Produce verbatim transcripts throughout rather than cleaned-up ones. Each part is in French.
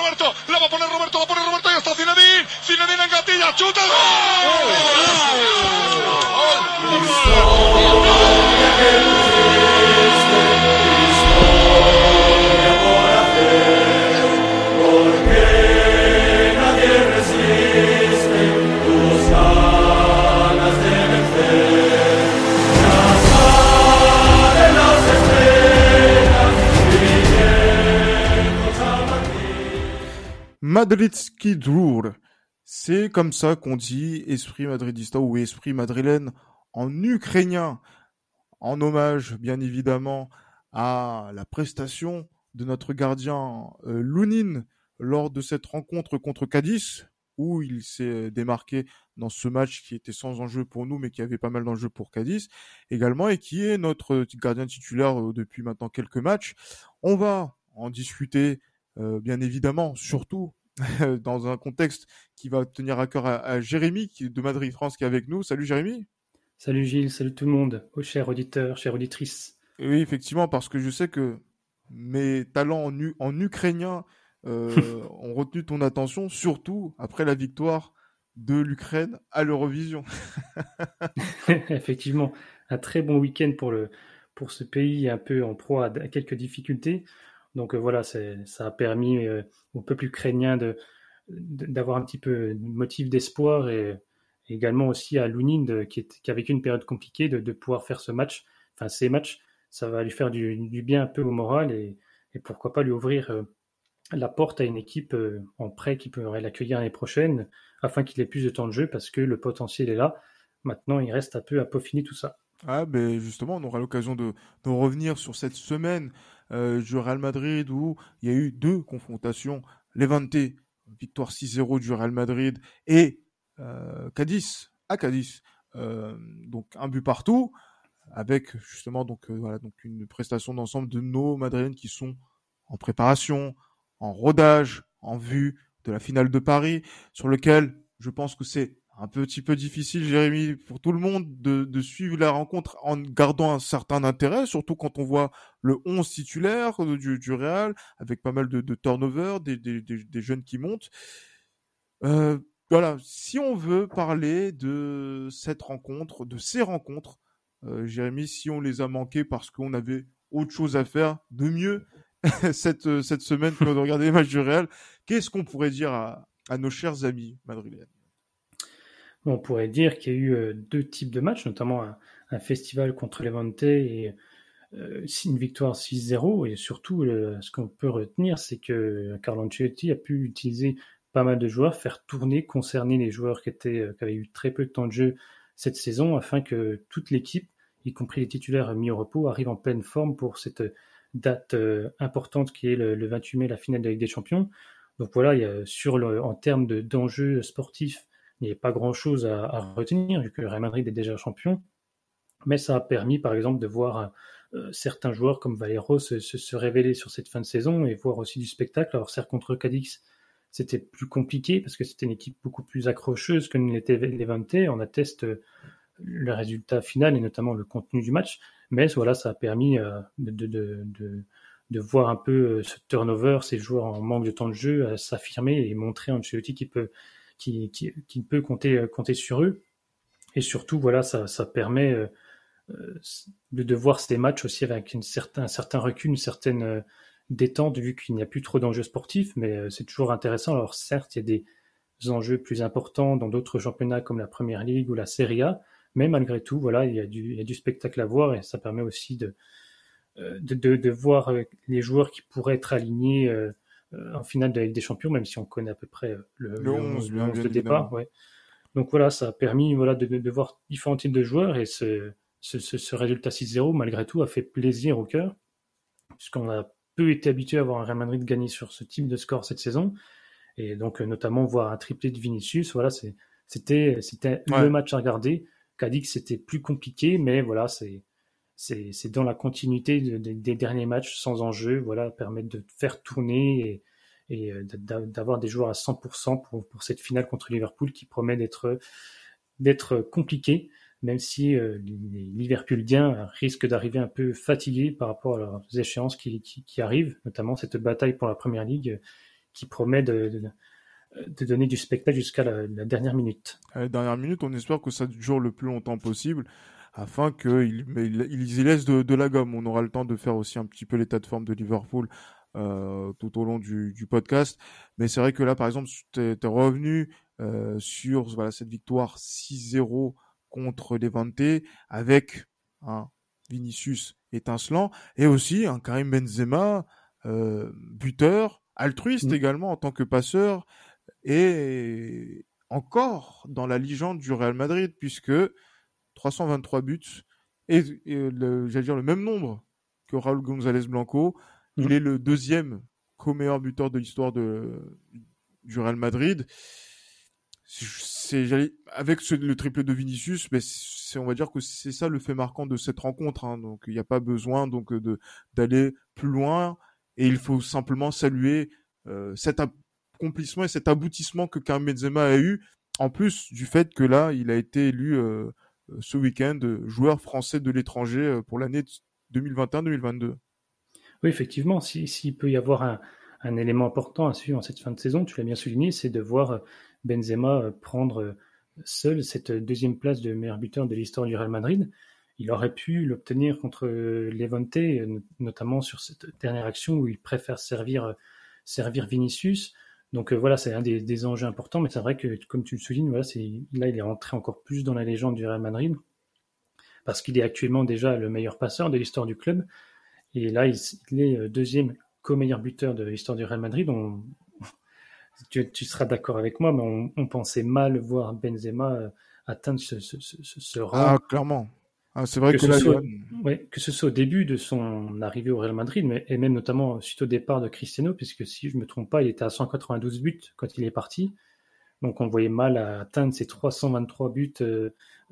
Roberto, la va a poner Roberto, la pone Roberto y está Zinedine, Zinedine engatilla, chuta, Madridski Drur, c'est comme ça qu'on dit esprit madridista ou esprit madrilène en ukrainien, en hommage bien évidemment à la prestation de notre gardien euh, Lunin lors de cette rencontre contre Cadiz, où il s'est démarqué dans ce match qui était sans enjeu pour nous, mais qui avait pas mal d'enjeux pour Cadiz également, et qui est notre gardien titulaire euh, depuis maintenant quelques matchs. On va en discuter euh, bien évidemment, surtout dans un contexte qui va tenir à cœur à, à Jérémy qui, de Madrid France qui est avec nous. Salut Jérémy. Salut Gilles, salut tout le monde, aux chers auditeurs, chères auditrices. Et oui, effectivement, parce que je sais que mes talents en, u- en ukrainien euh, ont retenu ton attention, surtout après la victoire de l'Ukraine à l'Eurovision. Effectivement, un très bon week-end pour, le, pour ce pays un peu en proie à, à quelques difficultés. Donc euh, voilà, c'est, ça a permis euh, au peuple ukrainien de, de, d'avoir un petit peu de motif d'espoir et également aussi à Lunin de, qui, est, qui a vécu une période compliquée de, de pouvoir faire ce match, enfin ces matchs, ça va lui faire du, du bien un peu au moral et, et pourquoi pas lui ouvrir euh, la porte à une équipe euh, en prêt qui pourrait l'accueillir l'année prochaine afin qu'il ait plus de temps de jeu parce que le potentiel est là. Maintenant, il reste un peu à peaufiner tout ça. Ah, ben justement, on aura l'occasion de, de revenir sur cette semaine euh, du Real Madrid où il y a eu deux confrontations. Levante, victoire six zéro du Real Madrid, et euh, Cadiz, à Cadiz, euh, donc un but partout, avec justement donc euh, voilà donc une prestation d'ensemble de nos Madrilènes qui sont en préparation, en rodage, en vue de la finale de Paris, sur lequel je pense que c'est un petit peu difficile, Jérémy, pour tout le monde de, de suivre la rencontre en gardant un certain intérêt, surtout quand on voit le onze titulaire du, du Real, avec pas mal de, de turnover, des, des, des, des jeunes qui montent. Euh, voilà, si on veut parler de cette rencontre, de ces rencontres, euh, Jérémy, si on les a manquées parce qu'on avait autre chose à faire de mieux cette, cette semaine que de regarder les matchs du Real, qu'est-ce qu'on pourrait dire à, à nos chers amis madrilènes? On pourrait dire qu'il y a eu euh, deux types de matchs, notamment un, un festival contre Levante et euh, une victoire six zéro. Et surtout, le, ce qu'on peut retenir, c'est que Carlo Ancelotti a pu utiliser pas mal de joueurs, faire tourner, concerner les joueurs qui, étaient, euh, qui avaient eu très peu de temps de jeu cette saison, afin que toute l'équipe, y compris les titulaires mis au repos, arrive en pleine forme pour cette date euh, importante qui est le, le vingt-huit mai, la finale de la Ligue des Champions. Donc voilà, il y a, sur le, en termes de, d'enjeux sportifs, il n'y avait pas grand-chose à, à retenir, vu que le Real Madrid est déjà champion. Mais ça a permis, par exemple, de voir euh, certains joueurs comme Valero se, se, se révéler sur cette fin de saison et voir aussi du spectacle. Alors certes, contre Cadix, c'était plus compliqué parce que c'était une équipe beaucoup plus accrocheuse que ne l'était Levante. On atteste le résultat final et notamment le contenu du match. Mais voilà, ça a permis euh, de, de, de, de, de voir un peu ce turnover, ces joueurs en manque de temps de jeu, à s'affirmer et montrer à Ancelotti qui peut... Qui, qui, qui peut compter, compter sur eux. Et surtout, voilà, ça, ça permet euh, de, de voir ces matchs aussi avec une certain, un certain recul, une certaine euh, détente, vu qu'il n'y a plus trop d'enjeux sportifs, mais euh, c'est toujours intéressant. Alors certes, il y a des enjeux plus importants dans d'autres championnats comme la Première Ligue ou la Serie A, mais malgré tout, voilà, il y a du, il y a du spectacle à voir et ça permet aussi de, euh, de, de, de voir les joueurs qui pourraient être alignés euh, en finale de la Ligue des Champions, même si on connaît à peu près le, le, le onze, le onze de départ. Ouais. Donc voilà, ça a permis voilà, de, de, de voir différents types de joueurs et ce, ce, ce, ce résultat six zéro, malgré tout, a fait plaisir au cœur, puisqu'on a peu été habitué à voir un Real Madrid gagner sur ce type de score cette saison. Et donc, notamment, voir un triplé de Vinicius, voilà, c'est, c'était, c'était ouais. le match à regarder. Cadix, c'était plus compliqué, mais voilà, c'est. C'est, c'est dans la continuité de, de, des derniers matchs sans enjeu, voilà, permettre de faire tourner et, et d'avoir des joueurs à cent pour cent pour, pour cette finale contre Liverpool qui promet d'être, d'être compliquée, même si euh, les Liverpooliens risquent d'arriver un peu fatigués par rapport à leurs échéances qui, qui, qui arrivent, notamment cette bataille pour la Première Ligue qui promet de, de, de donner du spectacle jusqu'à la, la dernière minute. À la dernière minute, on espère que ça dure le plus longtemps possible afin qu'ils il, il y laissent de, de la gomme. On aura le temps de faire aussi un petit peu l'état de forme de Liverpool euh, tout au long du, du podcast. Mais c'est vrai que là, par exemple, tu es revenu euh, sur voilà, cette victoire six zéro contre Levante avec un Vinicius étincelant et aussi un Karim Benzema euh, buteur, altruiste mmh. également en tant que passeur et encore dans la légende du Real Madrid puisque trois cent vingt-trois buts et, et le, j'allais dire le même nombre que Raúl González Blanco. Mmh. Il est le deuxième co-meilleur buteur de l'histoire de, du Real Madrid. C'est, j'allais, avec ce, le triplé de Vinicius, mais c'est, on va dire que c'est ça le fait marquant de cette rencontre. Hein. Donc il n'y a pas besoin donc de d'aller plus loin et il faut simplement saluer euh, cet accomplissement et cet aboutissement que Karim Benzema a eu. En plus du fait que là, il a été élu euh, ce week-end joueur français de l'étranger pour l'année deux mille vingt et un deux mille vingt-deux. Oui, effectivement, s'il si, si peut y avoir un, un élément important à suivre en cette fin de saison, tu l'as bien souligné, c'est de voir Benzema prendre seul cette deuxième place de meilleur buteur de l'histoire du Real Madrid. Il aurait pu l'obtenir contre Levante, notamment sur cette dernière action où il préfère servir, servir Vinicius. Donc euh, voilà, c'est un des, des enjeux importants, mais c'est vrai que, comme tu le soulignes, voilà, c'est, là, il est rentré encore plus dans la légende du Real Madrid, parce qu'il est actuellement déjà le meilleur passeur de l'histoire du club, et là, il, il est deuxième co-meilleur buteur de l'histoire du Real Madrid. On, tu, tu seras d'accord avec moi, mais on, on pensait mal voir Benzema atteindre ce, ce, ce, ce rang. Ah, clairement. Ah, c'est vrai que, que, là, ce soit, il... ouais, que ce soit au début de son arrivée au Real Madrid, mais, et même notamment suite au départ de Cristiano, puisque si je ne me trompe pas, il était à cent quatre-vingt-douze buts quand il est parti. Donc on voyait mal à atteindre ces trois cent vingt-trois buts euh,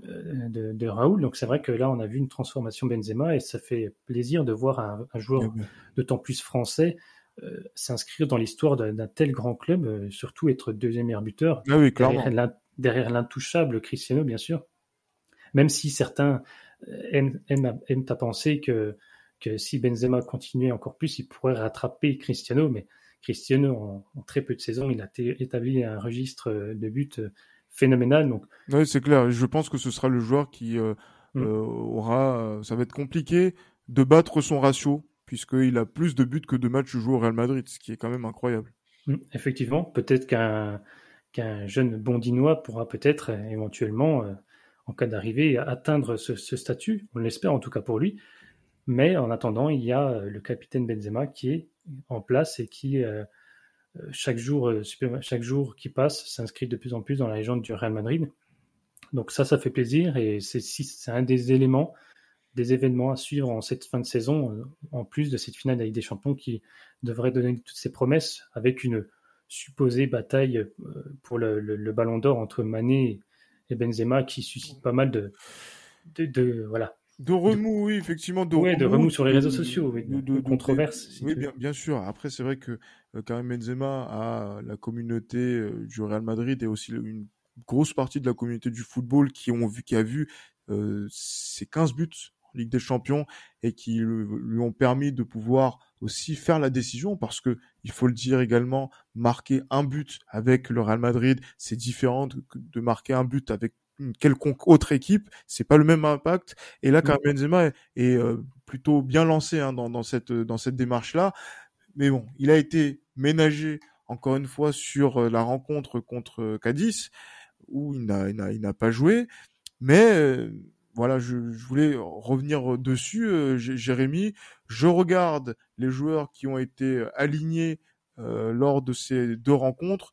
de, de Raúl. Donc c'est vrai que là, on a vu une transformation Benzema et ça fait plaisir de voir un, un joueur ouais, ouais. d'autant plus français euh, s'inscrire dans l'histoire d'un, d'un tel grand club, euh, surtout être deuxième meilleur buteur, ah oui, derrière, l'in, derrière l'intouchable Cristiano, bien sûr. Même si certains aiment, aiment, aiment à penser que, que si Benzema continuait encore plus, il pourrait rattraper Cristiano, mais Cristiano, en, en très peu de saisons, il a t- établi un registre de buts phénoménal. Donc... Oui, c'est clair. Je pense que ce sera le joueur qui euh, mm. euh, aura... Ça va être compliqué de battre son ratio, puisqu'il a plus de buts que de matchs joués au Real Madrid, ce qui est quand même incroyable. Mm. Effectivement, peut-être qu'un, qu'un jeune Bondinois pourra peut-être euh, éventuellement... Euh, en cas d'arrivée, à atteindre ce, ce statut, on l'espère en tout cas pour lui. Mais en attendant, il y a le capitaine Benzema qui est en place et qui, euh, chaque jour, chaque jour qui passe, s'inscrit de plus en plus dans la légende du Real Madrid. Donc ça, ça fait plaisir et c'est, c'est un des éléments, des événements à suivre en cette fin de saison, en plus de cette finale de la Ligue des Champions qui devrait donner toutes ses promesses avec une supposée bataille pour le, le, le Ballon d'Or entre Mané et et Benzema qui suscite pas mal de, de, de voilà. De remous, de, oui, effectivement. De ouais, remous, de remous sur les réseaux sociaux, oui, de, de, de, de controverses. Si oui, bien, bien sûr. Après, c'est vrai que euh, Karim Benzema a la communauté euh, du Real Madrid et aussi une grosse partie de la communauté du football qui ont vu, qui a vu euh, ses quinze buts en Ligue des Champions et qui le, lui ont permis de pouvoir aussi faire la décision parce que il faut le dire également, marquer un but avec le Real Madrid, c'est différent de, de marquer un but avec une quelconque autre équipe, c'est pas le même impact. Et là, Karim Benzema est, est euh, plutôt bien lancé hein, dans, dans cette dans cette démarche-là. Mais bon, il a été ménagé encore une fois sur la rencontre contre Cadiz où il n'a il n'a, il n'a pas joué, mais euh, voilà, je, je voulais revenir dessus, euh, Jérémy. Je regarde les joueurs qui ont été alignés euh, lors de ces deux rencontres.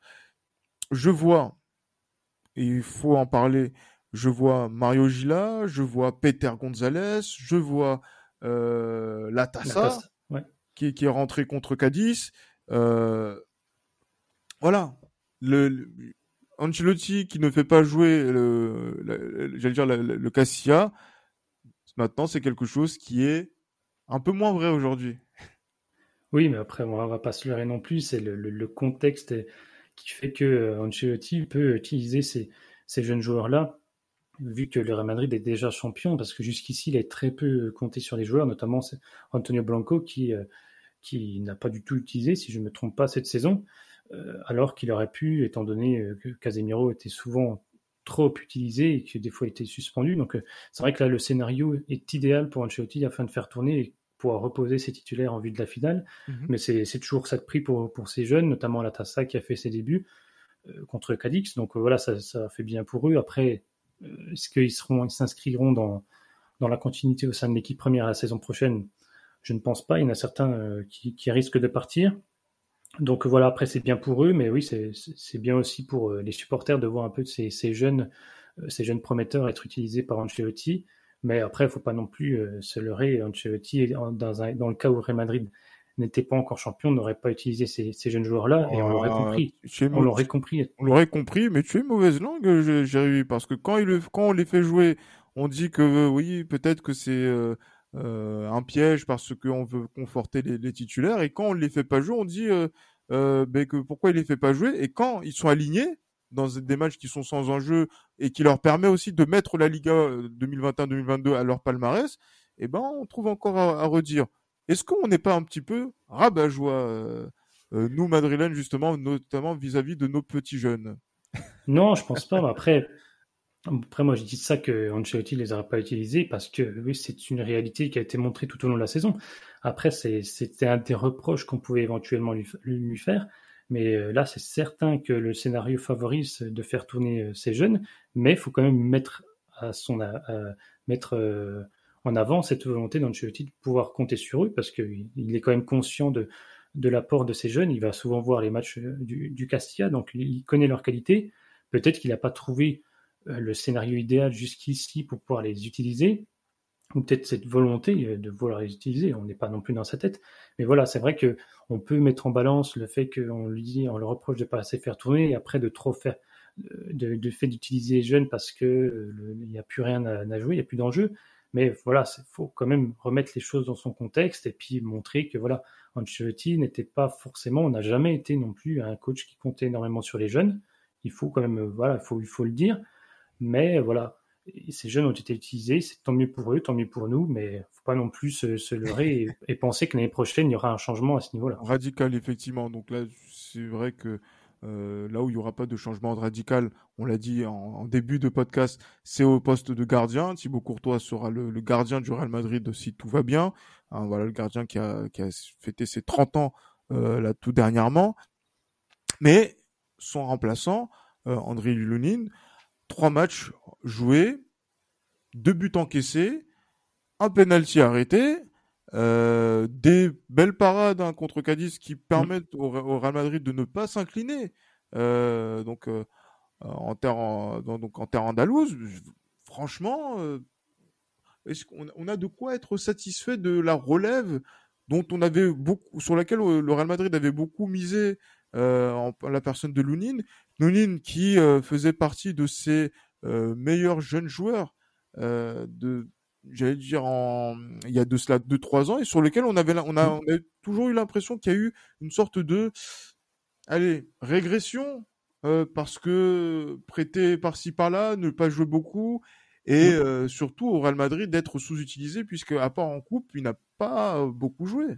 Je vois, et il faut en parler, je vois Mario Gila, je vois Peter González, je vois euh, Latassa, ouais. qui, qui est rentré contre Cadiz. Euh, voilà, le... le Ancelotti qui ne fait pas jouer le, le, j'allais dire le, le Casilla, maintenant c'est quelque chose qui est un peu moins vrai aujourd'hui. Oui, mais après on va pas se leurrer non plus, c'est le, le, le contexte qui fait que Ancelotti peut utiliser ces, ces jeunes joueurs-là, vu que le Real Madrid est déjà champion, parce que jusqu'ici il a très peu compté sur les joueurs, notamment Antonio Blanco qui, qui n'a pas du tout utilisé, si je ne me trompe pas, cette saison. euh, alors qu'il aurait pu, étant donné euh, que Casemiro était souvent trop utilisé et que des fois il était suspendu. Donc euh, c'est vrai que là, le scénario est idéal pour Ancelotti afin de faire tourner et pouvoir reposer ses titulaires en vue de la finale. Mhm. Mais c'est, c'est toujours ça de prix pour, pour ces jeunes, notamment Latassa qui a fait ses débuts euh, contre Cadix. Donc euh, voilà, ça, ça fait bien pour eux. Après, euh, est-ce qu'ils seront, ils s'inscriront dans, dans la continuité au sein de l'équipe première la saison prochaine? Je ne pense pas. Il y en a certains euh, qui, qui risquent de partir. Donc voilà, après c'est bien pour eux, mais oui, c'est, c'est bien aussi pour euh, les supporters de voir un peu de ces, ces jeunes, euh, ces jeunes prometteurs être utilisés par Ancelotti. Mais après, il ne faut pas non plus euh, se leurrer. Ancelotti, dans, un, dans le cas où Real Madrid n'était pas encore champion, n'aurait pas utilisé ces, ces jeunes joueurs-là, et on l'aurait Ah, compris. tu es On mau- l'aurait compris. on l'aurait compris, mais tu es mauvaise langue, Jé- Jérémy, parce que quand, il le- quand on les fait jouer, on dit que euh, oui, peut-être que c'est euh, euh, un piège parce qu'on veut conforter les, les titulaires, et quand on les fait pas jouer, on dit euh, euh, ben, que pourquoi il les fait pas jouer, et quand ils sont alignés dans des matchs qui sont sans enjeu et qui leur permet aussi de mettre la Liga euh, deux mille vingt et un deux mille vingt-deux à leur palmarès, eh ben on trouve encore à, à redire. Est-ce qu'on n'est pas un petit peu rabat-joie, euh, euh, nous Madrilènes, justement, notamment vis-à-vis de nos petits jeunes? Non, je pense pas. Mais après, après, moi, je dis ça que Ancelotti les aurait pas utilisés parce que oui, c'est une réalité qui a été montrée tout au long de la saison. Après, c'est, c'était un des reproches qu'on pouvait éventuellement lui, lui faire. Mais euh, là, c'est certain que le scénario favorise de faire tourner euh, ces jeunes, mais il faut quand même mettre à son à, à mettre euh, en avant cette volonté d'Ancelotti de pouvoir compter sur eux parce qu'il il est quand même conscient de, de l'apport de ces jeunes. Il va souvent voir les matchs euh, du, du Castilla, donc il connaît leurs qualités. Peut-être qu'il n'a pas trouvé euh, le scénario idéal jusqu'ici pour pouvoir les utiliser, ou peut-être cette volonté euh, de vouloir les utiliser, on n'est pas non plus dans sa tête. Mais voilà, c'est vrai que on peut mettre en balance le fait qu'on lui dit, on le reproche de pas assez faire tourner, et après de trop faire, de, de fait d'utiliser les jeunes parce que il n'y a plus rien à, à jouer, il n'y a plus d'enjeu. Mais voilà, il faut quand même remettre les choses dans son contexte et puis montrer que voilà, Ancelotti n'était pas forcément, on n'a jamais été non plus un coach qui comptait énormément sur les jeunes. Il faut quand même, voilà, il faut, il faut le dire. Mais voilà, ces jeunes ont été utilisés, c'est tant mieux pour eux, tant mieux pour nous, mais faut pas non plus se, se leurrer et, et penser que l'année prochaine, il y aura un changement à ce niveau-là. Radical, effectivement. Donc là, c'est vrai que euh, là où il n'y aura pas de changement radical, on l'a dit en, en début de podcast, c'est au poste de gardien. Thibaut Courtois sera le, le gardien du Real Madrid si tout va bien. Hein, voilà, le gardien qui a, qui a fêté ses trente ans euh, là tout dernièrement. Mais son remplaçant, euh, Andriy Lunin, trois matchs joués, deux buts encaissés, un penalty arrêté, euh, des belles parades hein, contre Cadiz qui permettent au, au Real Madrid de ne pas s'incliner. Euh, donc euh, en terre en, donc en terre andalouse, franchement, euh, est-ce qu'on on a de quoi être satisfait de la relève dont on avait beaucoup, sur laquelle le Real Madrid avait beaucoup misé euh, en la personne de Lunin, Lunin qui euh, faisait partie de ses euh, meilleurs jeunes joueurs euh, de j'allais dire en il y a de cela deux trois ans et sur lequel on avait on a, on a toujours eu l'impression qu'il y a eu une sorte de allez régression euh, parce que prêté par-ci par-là, ne pas jouer beaucoup et euh, surtout au Real Madrid d'être sous-utilisé puisque à part en coupe, il n'a pas beaucoup joué.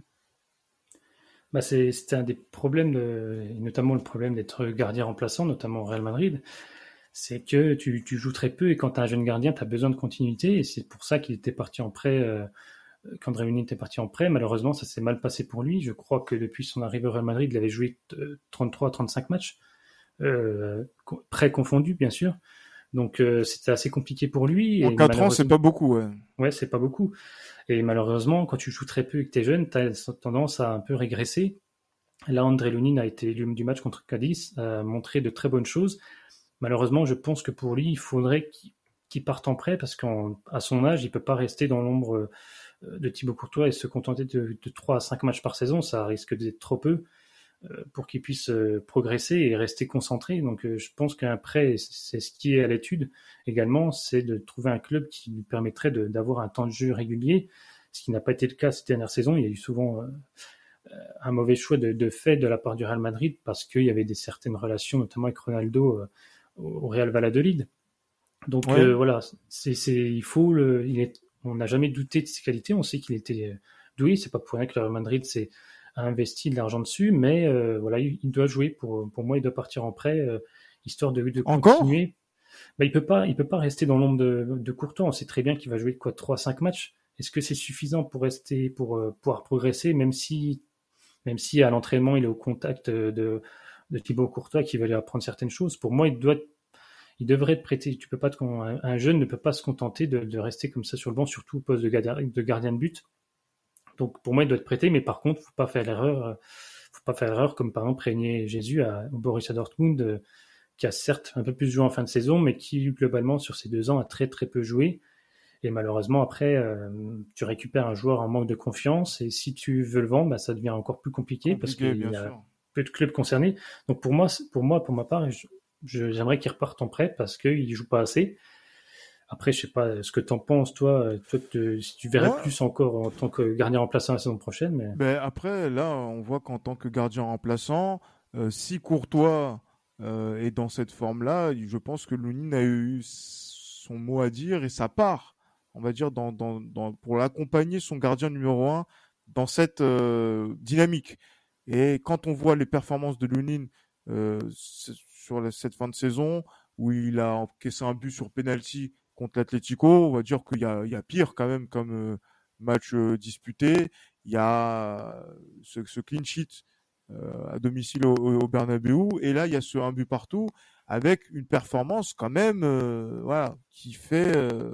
Bah c'est, c'était un des problèmes, de, et notamment le problème d'être gardien remplaçant, notamment au Real Madrid, c'est que tu, tu joues très peu et quand tu as un jeune gardien, tu as besoin de continuité et c'est pour ça qu'il était parti en prêt. Euh, Qu'André Lunin était parti en prêt, malheureusement, ça s'est mal passé pour lui. Je crois que depuis son arrivée au Real Madrid, il avait joué trente-trois à trente-cinq matchs, euh, prêt confondu, bien sûr. Donc, euh, c'était assez compliqué pour lui. En Et quatre ans, c'est pas beaucoup, ouais. Ouais, c'est pas beaucoup. Et malheureusement, quand tu joues très peu et que t'es jeune, t'as tendance à un peu régresser. Là, André Lunin a été l'homme du match contre Cadiz, a montré de très bonnes choses. Malheureusement, je pense que pour lui, il faudrait qu'il, qu'il parte en prêt parce qu'à son âge, il peut pas rester dans l'ombre de Thibaut Courtois et se contenter de, de trois à cinq matchs par saison, ça risque d'être trop peu euh, pour qu'il puisse euh, progresser et rester concentré. Donc euh, je pense qu'un prêt, c'est ce qui est à l'étude également, c'est de trouver un club qui lui permettrait de, d'avoir un temps de jeu régulier, ce qui n'a pas été le cas cette dernière saison. Il y a eu souvent euh, un mauvais choix de, de fait de la part du Real Madrid parce qu'il y avait des certaines relations, notamment avec Ronaldo euh, au Real Valladolid. Donc ouais. euh, voilà, c'est, c'est, il faut le, il est on n'a jamais douté de ses qualités. On sait qu'il était doué. C'est pas pour rien que le Real Madrid s'est a investi de l'argent dessus, mais euh, voilà, il, il doit jouer pour, pour moi, il doit partir en prêt, euh, histoire de, de Encore? continuer. Bah, il peut pas, il peut pas rester dans l'ombre de, de Courtois. On sait très bien qu'il va jouer quoi, trois cinq matchs. Est-ce que c'est suffisant pour rester, pour euh, pouvoir progresser, même si, même si à l'entraînement il est au contact de, de Thibaut Courtois qui va lui apprendre certaines choses. Pour moi, il doit, il devrait être prêté. Tu peux pas, te, un, un jeune ne peut pas se contenter de, de rester comme ça sur le banc, surtout au poste de gardien, de gardien de but. Donc pour moi, il doit être prêté, mais par contre, faut pas faire l'erreur, faut pas faire l'erreur comme par exemple régner Jésus à, au Borussia Dortmund. Euh, qui a certes un peu plus joué en fin de saison, mais qui globalement sur ces deux ans a très très peu joué. Et malheureusement après, euh, tu récupères un joueur en manque de confiance, et si tu veux le vendre, bah, ça devient encore plus compliqué, Compliqué, parce qu'il bien y a sûr. peu de clubs concernés. Donc pour moi, pour moi, pour ma part, je, je, j'aimerais qu'il reparte en prêt parce qu'il joue pas assez. Après, je sais pas ce que t'en penses, toi. Toi, te, si tu verrais Ouais. plus encore en tant que gardien remplaçant la saison prochaine, mais Ben après, là, on voit qu'en tant que gardien remplaçant, euh, si Courtois euh, est dans cette forme-là, je pense que Lounine a eu son mot à dire et sa part, on va dire, dans, dans, dans, pour l'accompagner son gardien numéro un dans cette euh, dynamique. Et quand on voit les performances de Lounine euh, sur la- cette fin de saison, où il a encaissé un but sur penalty contre l'Atlético, on va dire qu'il y a, il y a pire quand même comme euh, match euh, disputé. Il y a ce, ce clean sheet euh, à domicile au, au Bernabeu, et là il y a ce un but partout avec une performance quand même, euh, voilà, qui fait, euh,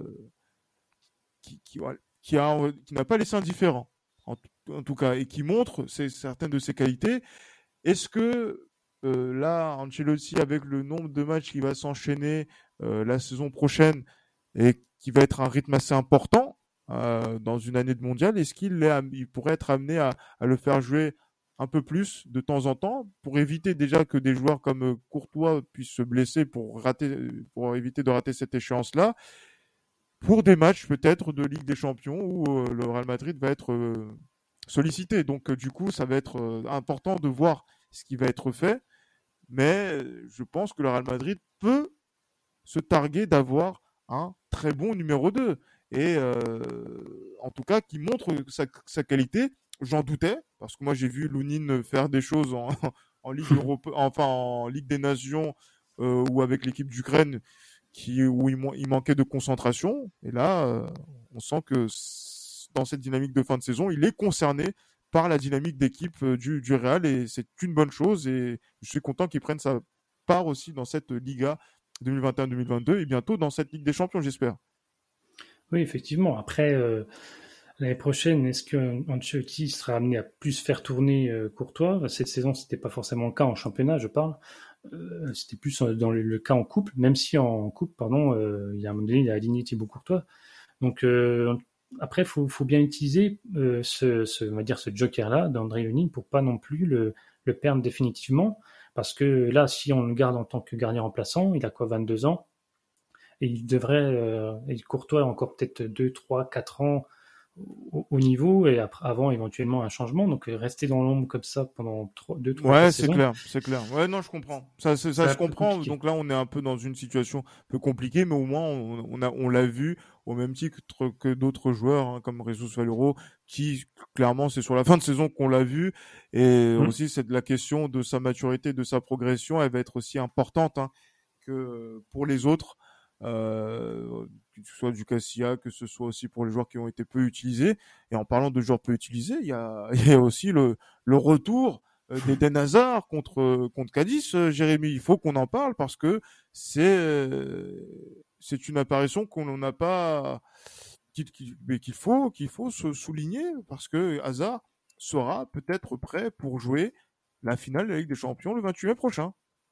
qui, qui, voilà, qui a, qui n'a pas laissé indifférent, en, en tout cas, et qui montre ses, certaines de ses qualités. Est-ce que euh, là, Ancelotti, avec le nombre de matchs qui va s'enchaîner euh, la saison prochaine et qui va être un rythme assez important euh, dans une année de mondial, est-ce qu'il est, il pourrait être amené à, à le faire jouer un peu plus de temps en temps pour éviter déjà que des joueurs comme euh, Courtois puissent se blesser pour rater, pour éviter de rater cette échéance-là, pour des matchs peut-être de Ligue des Champions où euh, le Real Madrid va être euh, sollicité. Donc euh, du coup, ça va être euh, important de voir ce qui va être fait, mais je pense que le Real Madrid peut se targuer d'avoir un très bon numéro deux. Et euh, en tout cas, qui montre sa, sa qualité. J'en doutais, parce que moi j'ai vu Lounine faire des choses en, en Ligue Europe, enfin en Ligue des Nations euh, ou avec l'équipe d'Ukraine qui, où il, il manquait de concentration. Et là, euh, on sent que dans cette dynamique de fin de saison, il est concerné par la dynamique d'équipe du, du Real et c'est une bonne chose. Et je suis content qu'il prenne sa part aussi dans cette Liga deux mille vingt et un deux mille vingt-deux et bientôt dans cette Ligue des Champions, j'espère. oui, effectivement. Après, euh, l'année prochaine, est-ce que Ancelotti sera amené à plus faire tourner euh, Courtois? Cette saison, c'était pas forcément le cas en championnat, je parle. Euh, c'était plus dans le, le cas en couple, même si en couple, pardon, euh, il y a un moment donné, il a aligné Thibaut Courtois. Donc euh, après, faut, faut bien utiliser euh, ce, ce, on va dire ce joker-là d'André Lunin pour pas non plus le, le perdre définitivement, parce que là, si on le garde en tant que gardien remplaçant, il a quoi, vingt-deux ans, et il devrait, euh, et Courtois a encore peut-être deux, trois, quatre ans au, au niveau, et après, avant éventuellement un changement. Donc rester dans l'ombre comme ça pendant deux, trois, Ouais, quatre c'est saisons, clair, c'est clair. Ouais, non, je comprends. Ça, ça, c'est ça un se peu comprend. compliqué. Donc là, on est un peu dans une situation un peu compliquée, mais au moins, on, on a, on l'a vu au même titre que d'autres joueurs, hein, comme Jesus Valero, qui, clairement, c'est sur la fin de saison qu'on l'a vu. Et Mmh. aussi, c'est de la question de sa maturité, de sa progression. Elle va être aussi importante, hein, que pour les autres. Euh, que ce soit du Cassia, que ce soit aussi pour les joueurs qui ont été peu utilisés. Et en parlant de joueurs peu utilisés, il y a, il y a aussi le, le retour euh, d'Eden Hazard contre contre Cadiz, euh, Jérémy. Il faut qu'on en parle parce que c'est euh, c'est une apparition qu'on n'a pas, qu'il, qu'il, mais qu'il faut qu'il faut se souligner parce que Hazard sera peut-être prêt pour jouer la finale de la Ligue des Champions le vingt-huit mai prochain.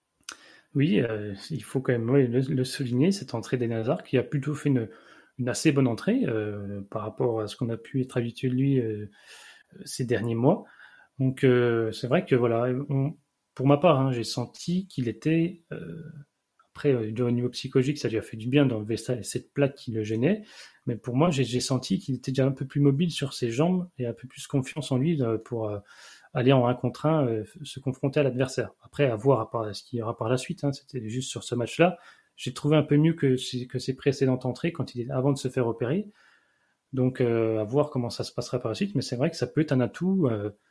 Oui, euh, il faut quand même ouais, le, le souligner, cette entrée d'Eden Hazard, qui a plutôt fait une, une assez bonne entrée euh, par rapport à ce qu'on a pu être habitué de lui euh, ces derniers mois. Donc euh, c'est vrai que voilà, on, pour ma part, hein, j'ai senti qu'il était euh, après euh, au niveau psychologique, ça lui a fait du bien d'enlever ça, cette plaque qui le gênait. Mais pour moi, j'ai, j'ai senti qu'il était déjà un peu plus mobile sur ses jambes et un peu plus confiance en lui euh, pour euh, aller en un contre un, euh, se confronter à l'adversaire. Après, à voir à part, ce qu'il y aura par la suite. Hein, c'était juste sur ce match-là. J'ai trouvé un peu mieux que, que ses précédentes entrées quand il est avant de se faire opérer. Donc, euh, à voir comment ça se passera par la suite. Mais c'est vrai que ça peut être un atout. Euh,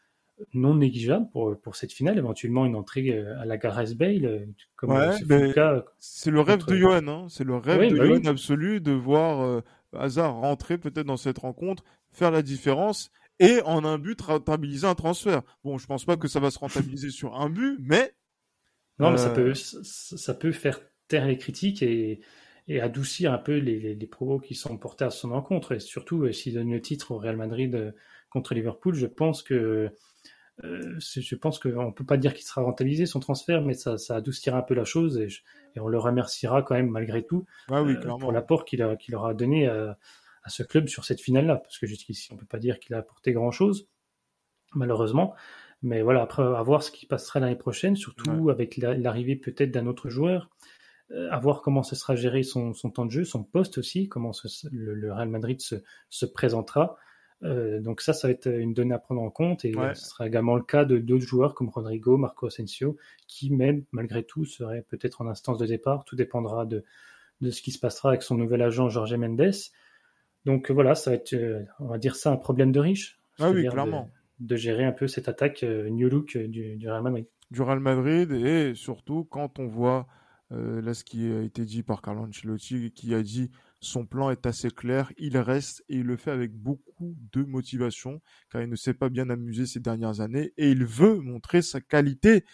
non négligeable pour, pour cette finale, éventuellement une entrée à la Gareth Bale, comme Ouais, ce fut le mais cas c'est le rêve contre... de Johan, hein. C'est le rêve Oui, de bah Johan oui. absolu de voir euh, Hazard rentrer peut-être dans cette rencontre, faire la différence et en un but rentabiliser un transfert. Bon, je pense pas que ça va se rentabiliser sur un but, mais Non, mais ça euh, peut, ça, ça peut faire taire les critiques et, et adoucir un peu les, les, les propos qui sont portés à son encontre. Et surtout, euh, s'il donne le titre au Real Madrid euh, contre Liverpool, je pense que euh, c'est- je pense qu'on peut pas dire qu'il sera rentabilisé son transfert, mais ça, ça adoucira un peu la chose et, je- et on le remerciera quand même malgré tout ah oui, euh, pour clairement. l'apport qu'il a, qu'il aura donné à, à ce club sur cette finale-là. Parce que jusqu'ici, on peut pas dire qu'il a apporté grand-chose, malheureusement. Mais voilà, après, à voir ce qui passera l'année prochaine, Ouais. surtout avec la- l'arrivée peut-être d'un autre joueur, euh, à voir comment ce sera géré son, son temps de jeu, son poste aussi, comment ce- le, le Real Madrid se, se présentera. Euh, donc ça, ça va être une donnée à prendre en compte et Ouais. ce sera également le cas de d'autres joueurs comme Rodrigo, Marco Asensio, qui même, malgré tout, seraient peut-être en instance de départ. Tout dépendra de, de ce qui se passera avec son nouvel agent Jorge Mendes. Donc euh, voilà, ça va être, euh, on va dire ça, un problème de riche, Ah oui, c'est-à-dire de, clairement. de gérer un peu cette attaque euh, new look euh, du, du Real Madrid. Du Real Madrid et surtout quand on voit euh, là ce qui a été dit par Carlo Ancelotti qui a dit son plan est assez clair, il reste et il le fait avec beaucoup de motivation car il ne s'est pas bien amusé ces dernières années et il veut montrer sa qualité.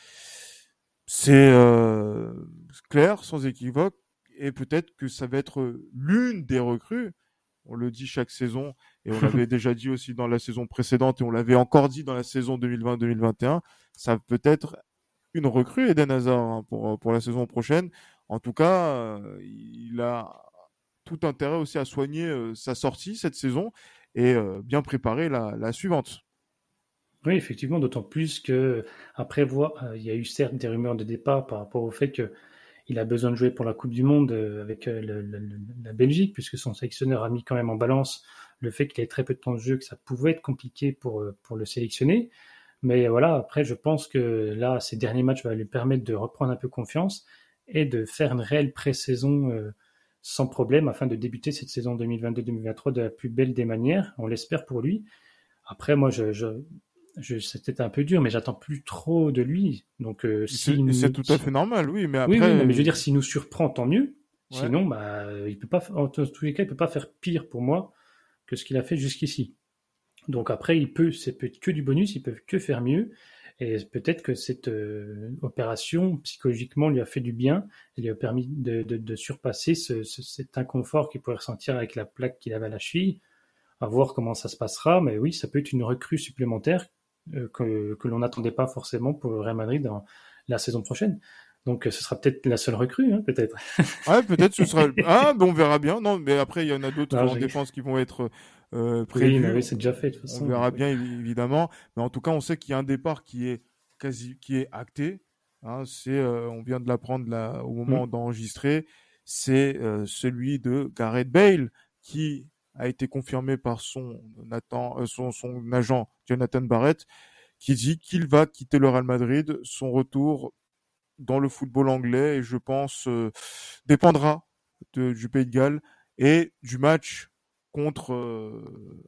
C'est euh, clair, sans équivoque et peut-être que ça va être l'une des recrues. On le dit chaque saison et on l'avait déjà dit aussi dans la saison précédente et on l'avait encore dit dans la saison deux mille vingt deux mille vingt et un. Ça peut être une recrue, Eden Hazard, hein, pour, pour la saison prochaine. En tout cas, euh, il a tout intérêt aussi à soigner euh, sa sortie cette saison et euh, bien préparer la, la suivante. Oui, effectivement, d'autant plus que après voir, euh, il y a eu certes des rumeurs de départ par rapport au fait qu'il a besoin de jouer pour la Coupe du Monde euh, avec euh, le- le- le- la Belgique, puisque son sélectionneur a mis quand même en balance le fait qu'il ait très peu de temps de jeu, que ça pouvait être compliqué pour, euh, pour le sélectionner. Mais voilà, après, je pense que là, ces derniers matchs vont lui permettre de reprendre un peu confiance et de faire une réelle pré-saison euh, sans problème afin de débuter cette saison deux mille vingt-deux deux mille vingt-trois de la plus belle des manières. On l'espère pour lui. Après, moi, je, je, je, c'est peut-être un peu dur, mais j'attends plus trop de lui. Donc, euh, Et c'est, s'il et c'est nous, tout à fait si- normal, oui, mais oui, oui, non, mais je veux après, dire, s'il nous surprend, tant mieux. ouais, Sinon, bah, il peut pas, en tous les cas, il peut pas faire pire pour moi que ce qu'il a fait jusqu'ici. Donc après, il peut, c'est peut être que du bonus, il peut que faire mieux. Et peut-être que cette euh, opération, psychologiquement, lui a fait du bien et lui a permis de, de, de surpasser ce, ce- cet inconfort qu'il pourrait ressentir avec la plaque qu'il avait à la cheville. À voir comment ça se passera, mais oui, ça peut être une recrue supplémentaire euh, que, que l'on n'attendait pas forcément pour le Real Madrid dans la saison prochaine. Donc euh, ce sera peut-être la seule recrue, hein, peut-être. ouais, peut-être ce sera, ah, ben on verra bien. Non, mais après, il y en a d'autres Non, en je... défense qui vont être euh, Oui, mais prévus. oui, c'est déjà fait de toute On façon. verra Donc, oui. bien, évi- évidemment. Mais en tout cas, on sait qu'il y a un départ qui est quasi, qui est acté. Hein, c'est, euh, on vient de l'apprendre là au moment Mm. d'enregistrer. C'est euh, celui de Gareth Bale qui a été confirmé par son Nathan, euh, son, son agent Jonathan Barrett, qui dit qu'il va quitter le Real Madrid. Son retour dans le football anglais, et je pense euh, dépendra de, du Pays de Galles et du match contre, euh,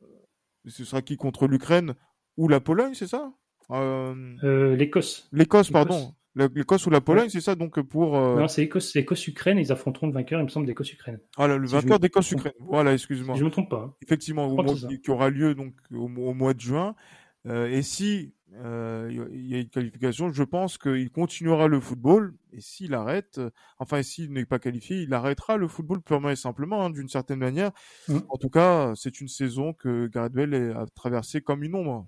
ce sera qui contre l'Ukraine ou la Pologne, c'est ça euh, Euh, L'Écosse. L'Écosse, pardon. Écosse. L'Écosse ou la Ouais. Pologne, c'est ça donc pour euh... Non, c'est Écosse, Écosse-Ukraine. Ils affronteront le vainqueur, il me semble, d'Écosse-Ukraine. ah, là, le Si je me vainqueur d'Écosse trompe, Ukraine. Voilà, si excuse-moi. je me trompe pas. Hein. Effectivement, Je au crois que mois, c'est ça. qui aura lieu donc au, au mois de juin. Euh, et si euh, il y a une qualification, je pense qu'il continuera le football. Et s'il arrête, euh, enfin s'il n'est pas qualifié, il arrêtera le football purement et simplement, hein, d'une certaine manière. Mm. En tout cas, c'est une saison que Gareth Bale a traversée comme une ombre.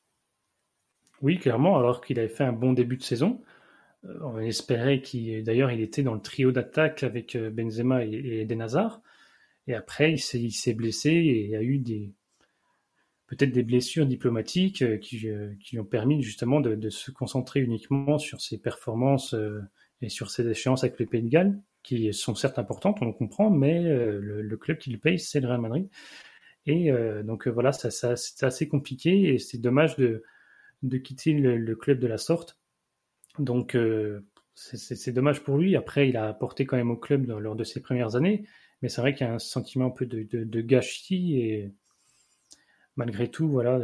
Oui, clairement, alors qu'il avait fait un bon début de saison. Euh, on espérait qu'il, d'ailleurs, il était dans le trio d'attaque avec euh, Benzema et, et Eden Hazard. Et après, il s'est, il s'est blessé et il y a eu des, peut-être des blessures diplomatiques euh, qui, euh, qui lui ont permis justement de, de se concentrer uniquement sur ses performances euh, et sur ses échéances avec le Pays de Galles, qui sont certes importantes, on le comprend, mais euh, le, le club qui le paye, c'est le Real Madrid. Et euh, donc euh, voilà, ça, ça, c'est assez compliqué et c'est dommage de, de quitter le, le club de la sorte. Donc euh, c'est, c'est, c'est dommage pour lui. Après, il a apporté quand même au club dans- lors de ses premières années, mais c'est vrai qu'il y a un sentiment un peu de, de, de gâchis et malgré tout, voilà, euh,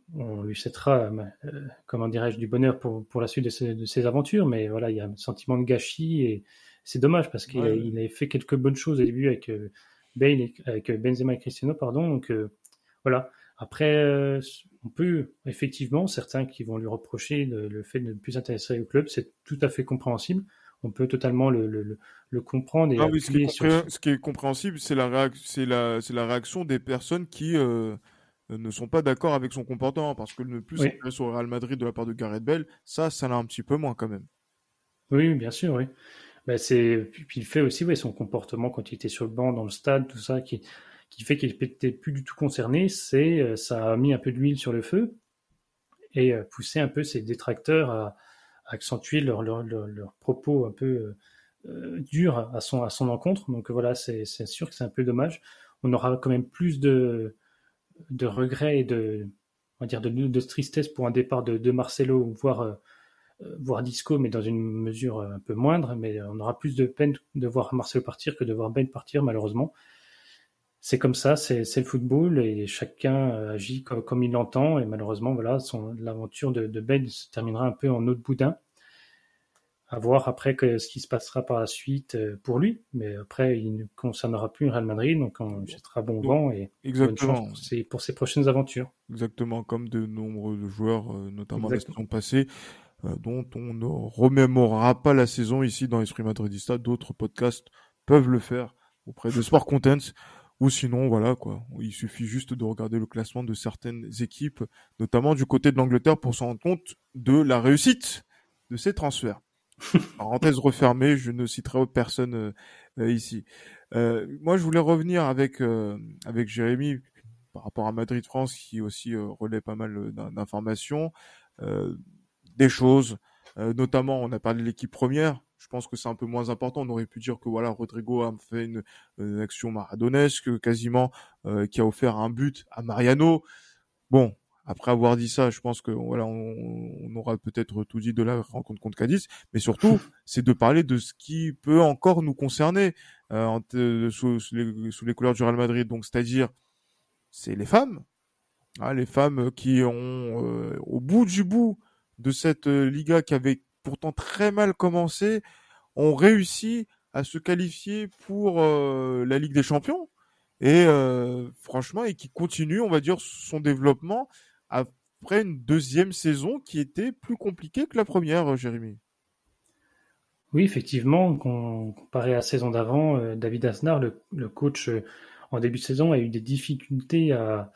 on lui souhaitera, euh, comment dirais-je, du bonheur pour, pour la suite de ses, de ses aventures, mais voilà, il y a un sentiment de gâchis et c'est dommage parce qu'il a, Ouais. il avait fait quelques bonnes choses au début avec euh, Bale, et- avec Benzema et Cristiano, pardon. Donc euh, voilà. Après, euh, on peut effectivement certains qui vont lui reprocher le, le fait de ne plus s'intéresser au club, c'est tout à fait compréhensible. On peut totalement le, le, le, le comprendre et Ah oui, ce qui est, appuyer sur. compré- ce qui est compréhensible, c'est la, réac- c'est la, c'est la réaction des personnes qui euh, ne sont pas d'accord avec son comportement, parce que ne plus Oui, s'intéresser au Real Madrid de la part de Gareth Bale, ça, ça l'a un petit peu moins quand même. oui, bien sûr, oui. Ben c'est puis, puis il fait aussi ouais, son comportement quand il était sur le banc dans le stade, tout ça, qui, qui fait qu'il n'était plus du tout concerné. C'est euh, ça a mis un peu d'huile sur le feu et euh, poussé un peu ses détracteurs à, à accentuer leurs leur, leur, leur propos un peu euh, durs à son, à son encontre. Donc voilà, c'est c'est sûr que c'est un peu dommage. On aura quand même plus de, de regrets et de, on va dire de, de tristesse pour un départ de, de Marcelo, voire euh, euh, voire Disco, mais dans une mesure euh, un peu moindre. Mais on aura plus de peine de voir Marcelo partir que de voir Ben partir, malheureusement. C'est comme ça, c'est c'est le football et chacun euh, agit comme, comme il l'entend. Et malheureusement, voilà, son, l'aventure de, de Ben se terminera un peu en eau de boudin. À voir après que, ce qui se passera par la suite euh, pour lui. Mais après, il ne concernera plus le Real Madrid, donc on jettera bon Donc, vent et bonne chance exactement, pour ses, pour ses prochaines aventures. exactement comme de nombreux joueurs, euh, notamment la Exactement. saison passée, euh, dont on ne remémorera pas la saison ici dans Esprit Madridista. D'autres podcasts peuvent le faire auprès de Sport Content. Ou sinon, voilà quoi. Il suffit juste de regarder le classement de certaines équipes, notamment du côté de l'Angleterre, pour se rendre compte de la réussite de ces transferts. Parenthèse refermée, je ne citerai personne euh, euh, ici. Euh, moi, je voulais revenir avec euh, avec Jérémy par rapport à Madrid France, qui aussi euh, relaie pas mal euh, d'in- d'informations, euh, des choses. Euh, notamment, on a parlé de l'équipe première. Je pense que c'est un peu moins important. On aurait pu dire que voilà, Rodrigo a fait une, une action maradonesque, quasiment, euh, qui a offert un but à Mariano. Bon, après avoir dit ça, je pense que voilà, on, on aura peut-être tout dit de la rencontre contre Cadiz, mais surtout, c'est de parler de ce qui peut encore nous concerner euh, en te- sous, sous les, sous les couleurs du Real Madrid. Donc, c'est-à-dire, c'est les femmes, hein, les femmes qui ont, euh, au bout du bout de cette euh, Liga qui avait pourtant très mal commencé, ont réussi à se qualifier pour euh, la Ligue des Champions et euh, franchement et qui continue, on va dire, son développement après une deuxième saison qui était plus compliquée que la première, euh, Jérémy. Oui, effectivement, com- comparé à la saison d'avant, euh, David Aznar, le, le coach, euh, en début de saison, a eu des difficultés à,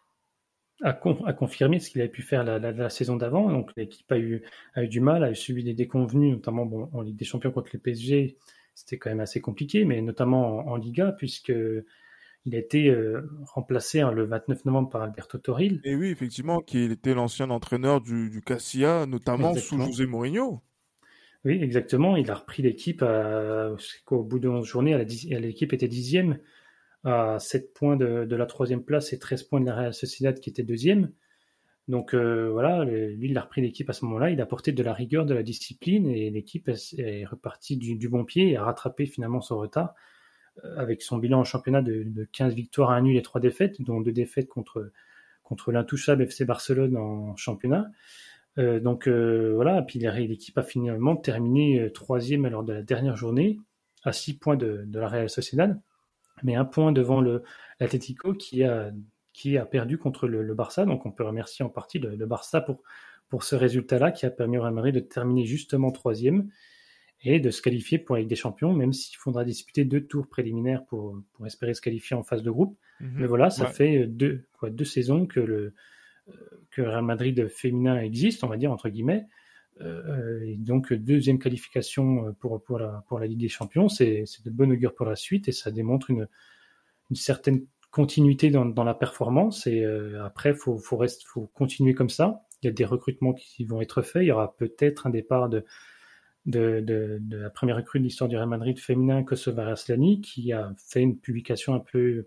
à, con- à confirmer ce qu'il avait pu faire la, la- la saison d'avant. Donc l'équipe a eu, a eu du mal, a eu subi des déconvenues, notamment bon, en Ligue des Champions contre le P S G, c'était quand même assez compliqué, mais notamment en, en Liga, puisque il a été euh, remplacé hein, le vingt-neuf novembre par Alberto Toril. Et oui, effectivement, qui était l'ancien entraîneur du, du Castilla, notamment sous Exactement. José Mourinho. Oui, exactement. Il a repris l'équipe à- au bout de onze journées. à la dix- L'équipe était dixième, à sept points de, de la troisième place et treize points de la Real Sociedad qui était deuxième. Donc euh, voilà, le- lui, il a repris l'équipe à ce moment-là. Il a apporté de la rigueur, de la discipline et l'équipe est, est repartie du, du bon pied et a rattrapé finalement son retard euh, avec son bilan en championnat de, de quinze victoires, un nul et trois défaites, dont deux défaites contre, contre l'intouchable F C Barcelone en championnat. Euh, donc euh, voilà, et puis l'équipe a finalement terminé euh, troisième lors de la dernière journée, à six points de, de la Real Sociedad, mais un point devant le l'Atlético qui a qui a perdu contre le, le Barça. Donc on peut remercier en partie le, le Barça pour pour ce résultat-là qui a permis au Real Madrid de terminer justement troisième et de se qualifier pour la Ligue des Champions, même s'il faudra disputer deux tours préliminaires pour pour espérer se qualifier en phase de groupe. Mais Mhm. voilà, ça Ouais. fait deux quoi deux saisons que le que Real Madrid féminin existe, on va dire, entre guillemets. Euh, et donc, deuxième qualification pour, pour, la, pour la Ligue des Champions, c'est, c'est de bonne augure pour la suite et ça démontre une, une certaine continuité dans, dans la performance. Et euh, après, il faut, faut, reste, faut continuer comme ça. Il y a des recrutements qui vont être faits. Il y aura peut-être un départ de, de, de, de la première recrue de l'histoire du Real Madrid féminin, Kosova Aslani, qui a fait une publication un peu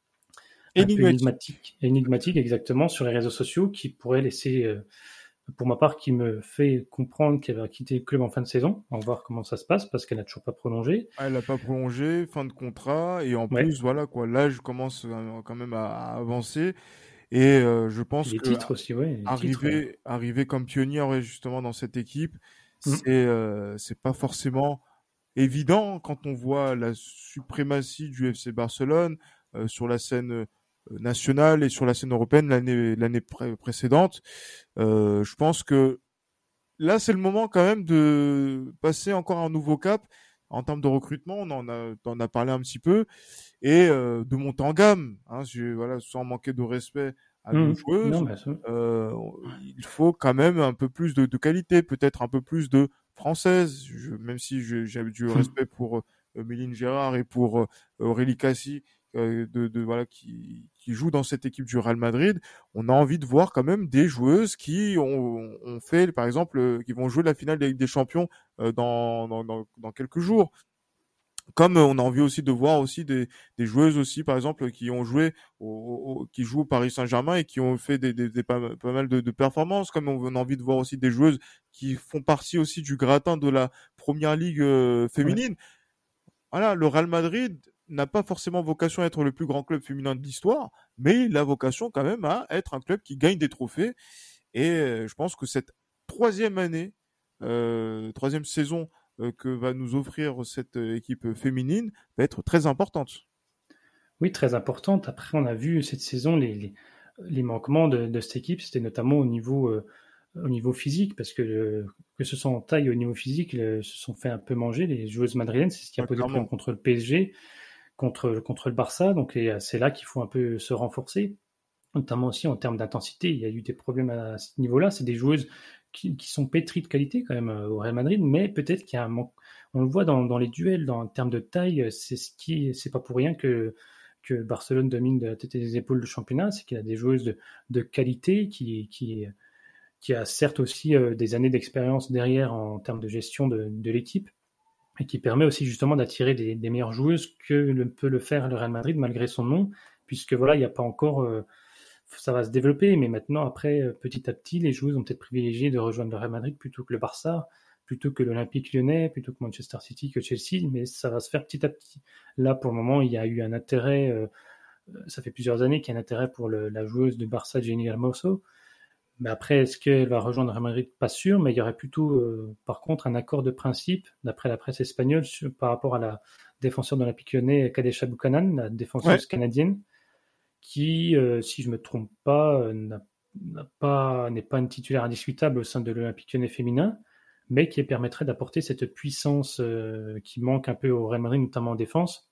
un peu Énigmatique. énigmatique, énigmatique exactement sur les réseaux sociaux qui pourrait laisser, euh, pour ma part, qui me fait comprendre qu'elle va quitter le club en fin de saison. On va voir comment ça se passe parce qu'elle n'a toujours pas prolongé. Ah, elle n'a pas prolongé, fin de contrat, et en Ouais, plus, voilà quoi, l'âge commence euh, quand même à, à avancer. Et euh, je pense Les que titres aussi, ouais. Les titres, ouais. arriver, arriver comme pionnier ouais, justement dans cette équipe, Mm. c'est euh, c'est pas forcément évident quand on voit la suprématie du F C Barcelone euh, sur la scène euh, nationale et sur la scène européenne l'année l'année pré- précédente. Euh, je pense que là, c'est le moment quand même de passer encore un nouveau cap en termes de recrutement. On en a, on en a parlé un petit peu et euh, de monter en gamme. Hein, je, voilà, sans manquer de respect à nos Mm. Non, joueuses, mais ça- euh, il faut quand même un peu plus de, de qualité, peut-être un peu plus de françaises. Je, même si je- j'ai du respect pour euh, Méline Gérard et pour euh, Aurélie Cassie, euh, de, de voilà qui, qui jouent dans cette équipe du Real Madrid, on a envie de voir quand même des joueuses qui ont, ont fait, par exemple, euh, qui vont jouer la finale de la Ligue des Champions euh, dans, dans, dans, dans quelques jours. Comme euh, on a envie aussi de voir aussi des, des joueuses aussi, par exemple, qui ont joué, au, au- qui jouent au Paris Saint-Germain et qui ont fait des, des, des pas, pas mal de, de performances. Comme on a envie de voir aussi des joueuses qui font partie aussi du gratin de la Première Ligue euh, ouais. féminine. Voilà, le Real Madrid n'a pas forcément vocation à être le plus grand club féminin de l'histoire, mais il a vocation quand même à être un club qui gagne des trophées. Et euh, je pense que cette troisième année, euh, troisième saison euh, que va nous offrir cette euh, équipe féminine va être très importante. Oui, très importante. Après, on a vu cette saison les, les, les manquements de, de cette équipe, c'était notamment au niveau, euh, au niveau physique, parce que le- que ce soit en taille ou au niveau physique, le- se sont fait un peu manger les joueuses madrilènes. C'est ce qui a Ouais, posé problème clairement. contre le P S G, contre, contre le Barça. Donc, et, euh, c'est là qu'il faut un peu se renforcer, notamment aussi en termes d'intensité. Il y a eu des problèmes à ce niveau-là. C'est des joueuses qui, qui sont pétries de qualité quand même euh, au Real Madrid, mais peut-être qu'il y a un manque. On le voit dans, dans les duels, dans, en termes de taille, c'est ce qui, c'est pas pour rien que que Barcelone domine de la tête et des épaules le championnat, c'est qu'il a des joueuses de, de qualité qui, qui, qui a certes aussi euh, des années d'expérience derrière en termes de gestion de, de l'équipe et qui permet aussi justement d'attirer des, des meilleures joueuses que le, peut le faire le Real Madrid malgré son nom, puisque voilà, il n'y a pas encore, euh, ça va se développer, mais maintenant après, euh, petit à petit, les joueuses ont peut-être privilégié de rejoindre le Real Madrid plutôt que le Barça, plutôt que l'Olympique Lyonnais, plutôt que Manchester City, que Chelsea, mais ça va se faire petit à petit. Là, pour le moment, il y a eu un intérêt, euh, ça fait plusieurs années qu'il y a un intérêt pour le, la joueuse de Barça, Jenny Hermoso. Mais après, est-ce qu'elle va rejoindre Real Madrid? Pas sûr, mais il y aurait plutôt, euh, par contre, un accord de principe, d'après la presse espagnole, sur, par rapport à la défenseur de l'Olympique Lyonnais, Kadesha Buchanan, la Ouais, défenseuse canadienne, qui, euh, si je me trompe pas, euh, n'a, n'a pas, n'est pas une titulaire indiscutable au sein de l'Olympique Lyonnais féminin, mais qui permettrait d'apporter cette puissance euh, qui manque un peu au Real Madrid, notamment en défense,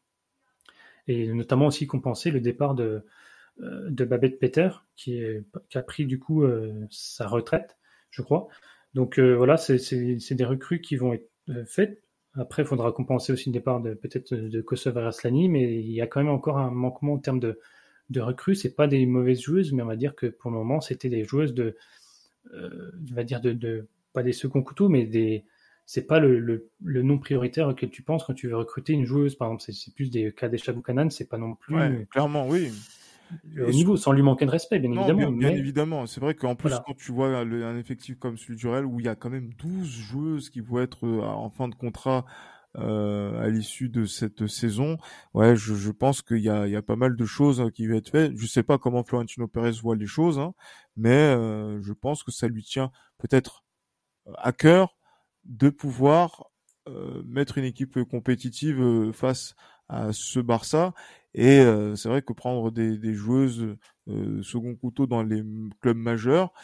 et notamment aussi compenser le départ de, euh, de Babette Peter, qui, est, qui a pris du coup euh, sa retraite, je crois. Donc euh, voilà, c'est, c'est, c'est des recrues qui vont être euh, faites. Après, il faudra compenser aussi le départ de peut-être de Kosovo Aslani, mais il y a quand même encore un manquement en termes de, de recrues. C'est pas des mauvaises joueuses, mais on va dire que pour le moment, c'était des joueuses de, euh, on va dire de, de pas des seconds couteaux, mais des c'est pas le, le, le nom prioritaire auquel tu penses quand tu veux recruter une joueuse. Par exemple, c'est, c'est plus des Kadesha Buchanan, c'est pas non ouais, plus clairement, oui. euh, Et au sur- niveau, sans lui manquer de respect, bien non, évidemment, bien, bien mais évidemment. C'est vrai qu'en plus, voilà. quand tu vois le- un effectif comme celui du Real, où il y a quand même douze joueuses qui vont être euh, en fin de contrat euh, à l'issue de cette saison, ouais, je, je pense qu'il y a, il y a pas mal de choses hein, qui vont être faites. Je sais pas comment Florentino Pérez voit les choses, hein, mais euh, je pense que ça lui tient peut-être à cœur de pouvoir euh, mettre une équipe compétitive euh, face à ce Barça. Et euh, c'est vrai que prendre des, des joueuses euh, second couteau dans les clubs majeurs,